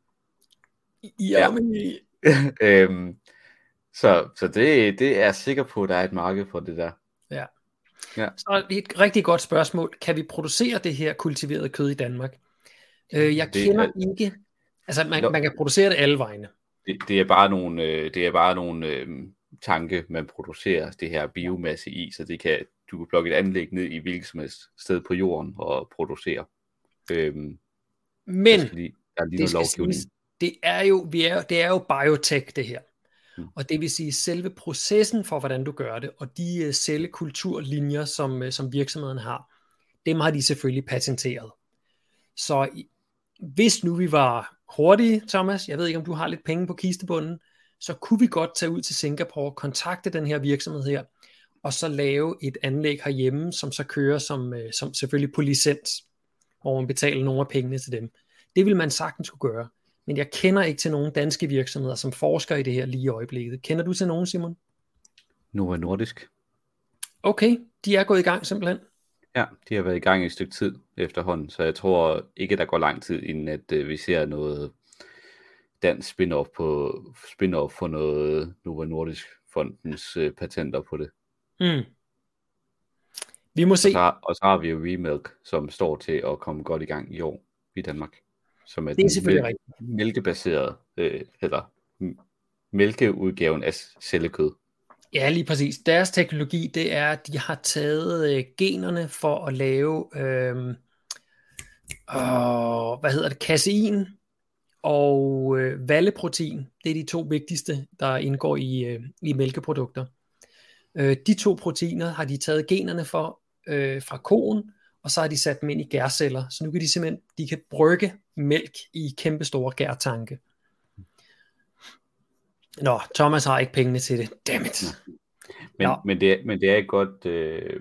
Ja, men... øhm, så så det, det er jeg sikker på, at der er et marked for det der. Ja. Ja. Så det er et rigtig godt spørgsmål. Kan vi producere det her kultiverede kød i Danmark? Øh, jeg det kender er, ikke... Altså man, man kan producere det alle vegne. Det, det er bare nogle... Øh, det er bare nogle øh, tanke, man producerer det her biomasse i, så det kan, du kan plukke et anlæg ned i hvilket som helst sted på jorden og producere. Øhm, Men der lige, der er lige det, skal siges, det er jo vi er, det er jo biotech det her. Hmm. Og det vil sige selve processen for hvordan du gør det, og de uh, cellekulturlinjer som, uh, som virksomheden har, dem har de selvfølgelig patenteret. Så i, hvis nu vi var hurtige, Thomas, jeg ved ikke om du har lidt penge på kistebunden, så kunne vi godt tage ud til Singapore, kontakte den her virksomhed her, og så lave et anlæg herhjemme, som så kører som, som selvfølgelig på licens, hvor man betaler nogle af pengene til dem. Det vil man sagtens kunne gøre, men jeg kender ikke til nogen danske virksomheder, som forsker i det her lige i øjeblikket. Kender du til nogen, Simon? Novo Nordisk. Okay, de er gået i gang simpelthen. Ja, de har været i gang i et stykke tid efterhånden, så jeg tror ikke, der går lang tid, inden at øh, vi ser noget dansk spin-off på spin-off for noget Novo Nordisk fondens øh, patenter på det. Mm. Vi må se. Og så, og så har vi jo Remilk, som står til at komme godt i gang i år i Danmark. Som er, det er selvfølgelig mæl- rigtigt. Mælkebaseret, øh, eller mælkeudgaven af cellekød. Ja, lige præcis. Deres teknologi, det er, at de har taget øh, generne for at lave, øh, øh, hvad hedder det, casein og øh, valleprotein. Det er de to vigtigste, der indgår i, øh, i mælkeprodukter. Øh, de to proteiner har de taget generne for øh, fra koen, og så har de sat dem ind i gærceller, så nu kan de simpelthen, de kan brygge mælk i kæmpe store gærtanke. Nå, Thomas har ikke pengene til det. Dammit. Men, men, det, men det er godt øh,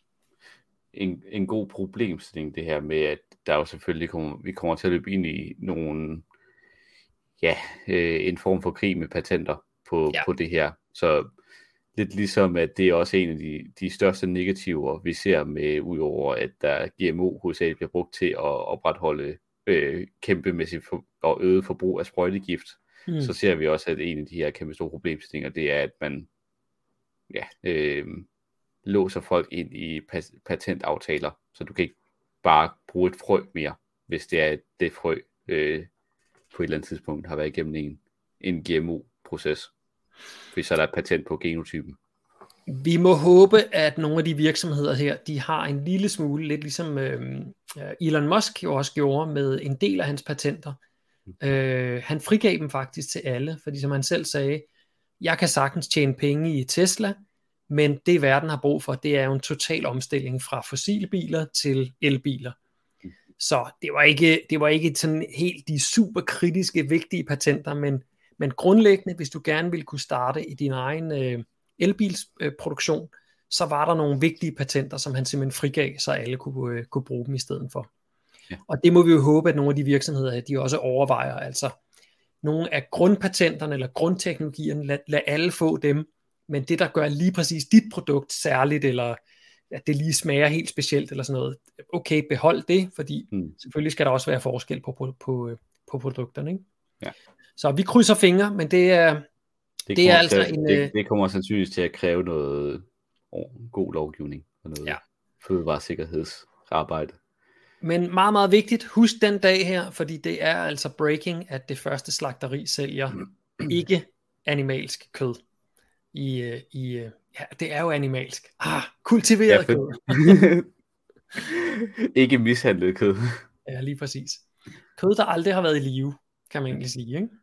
en, en god problemstilling, det her med, at der jo selvfølgelig kommer, vi kommer til at løbe ind i nogle, ja, øh, en form for krig med patenter på, ja. på det her. Så lidt ligesom, at det er også en af de, de største negativer, vi ser med, udover at der G M O hovedsageligt bliver brugt til at opretholde øh, kæmpemæssigt for, og øget forbrug af sprøjtegift. Mm. Så ser vi også, at en af de her kæmpe store problemstillinger, det er, at man ja, øh, låser folk ind i pas- patentaftaler, så du kan ikke bare bruge et frø mere, hvis det er, at det frø øh, på et eller andet tidspunkt har været igennem en, en G M O-proces, hvis så er der et patent på genotypen. Vi må håbe, at nogle af de virksomheder her, de har en lille smule, lidt ligesom øh, Elon Musk jo også gjorde med en del af hans patenter. Mm. Øh, han frigav dem faktisk til alle, fordi som han selv sagde, jeg kan sagtens tjene penge i Tesla, men det verden har brug for, det er jo en total omstilling fra fossilbiler til elbiler. Mm. Så det var ikke, det var ikke sådan helt de super kritiske, vigtige patenter, men, men grundlæggende, hvis du gerne ville kunne starte i din egen øh, elbilsproduktion, øh, så var der nogle vigtige patenter, som han simpelthen frigav, så alle kunne, øh, kunne bruge dem i stedet for. Ja. Og det må vi jo håbe, at nogle af de virksomheder, de også overvejer, altså nogle af grundpatenterne eller grundteknologierne, lad, lad alle få dem, men det der gør lige præcis dit produkt særligt, eller at det lige smager helt specielt eller sådan noget, okay, behold det, fordi mm. selvfølgelig skal der også være forskel på, på, på, på produkterne, ikke? Ja. Så vi krydser fingre, men det er det, det er altså til, en det, det kommer sandsynligvis til at kræve noget oh, god lovgivning og noget ja. fødevaresikkerhedsarbejde. Men meget, meget vigtigt, husk den dag her, fordi det er altså breaking, at det første slagteri sælger ikke animalsk kød. I, i, ja, det er jo animalsk. Ah, kultiveret ja, for... kød. Ikke mishandlet kød. Ja, lige præcis. Kød, der aldrig har været i live, kan man egentlig sige, ikke?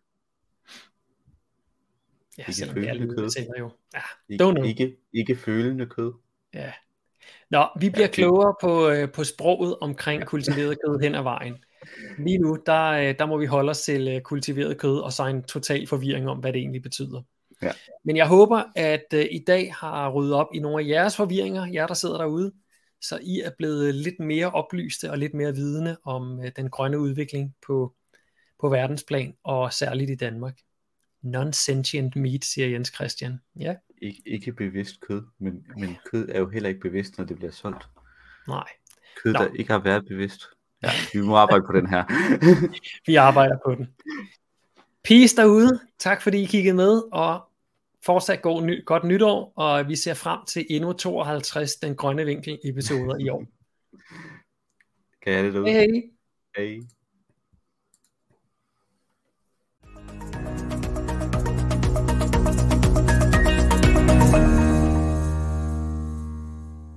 Ja, ikke selvom det er kød. Sælger jo. Ja, ikke, ikke, ikke følende kød. Ja. Nå, vi bliver ja, klogere på, øh, på sproget omkring kultiveret kød hen ad vejen. Lige nu, der, øh, der må vi holde os til øh, kultiveret kød, og så en total forvirring om, hvad det egentlig betyder. Ja. Men jeg håber, at øh, i dag har ryddet op i nogle af jeres forvirringer, jer der sidder derude, så I er blevet lidt mere oplyste og lidt mere vidende om øh, den grønne udvikling på, på verdensplan, og særligt i Danmark. Non-sentient meat, siger Jens Christian. Ja. Ik- ikke bevidst kød, men, men kød er jo heller ikke bevidst, når det bliver solgt. Nej. Kød, der ikke har været bevidst. Ja, vi må arbejde på den her. Vi arbejder på den. Peace derude. Tak fordi I kiggede med, og fortsat god ny- godt nytår, og vi ser frem til endnu tooghalvtreds Den Grønne Vinkel episoder i år. Kan jeg have det derude? Hej hej. Hej.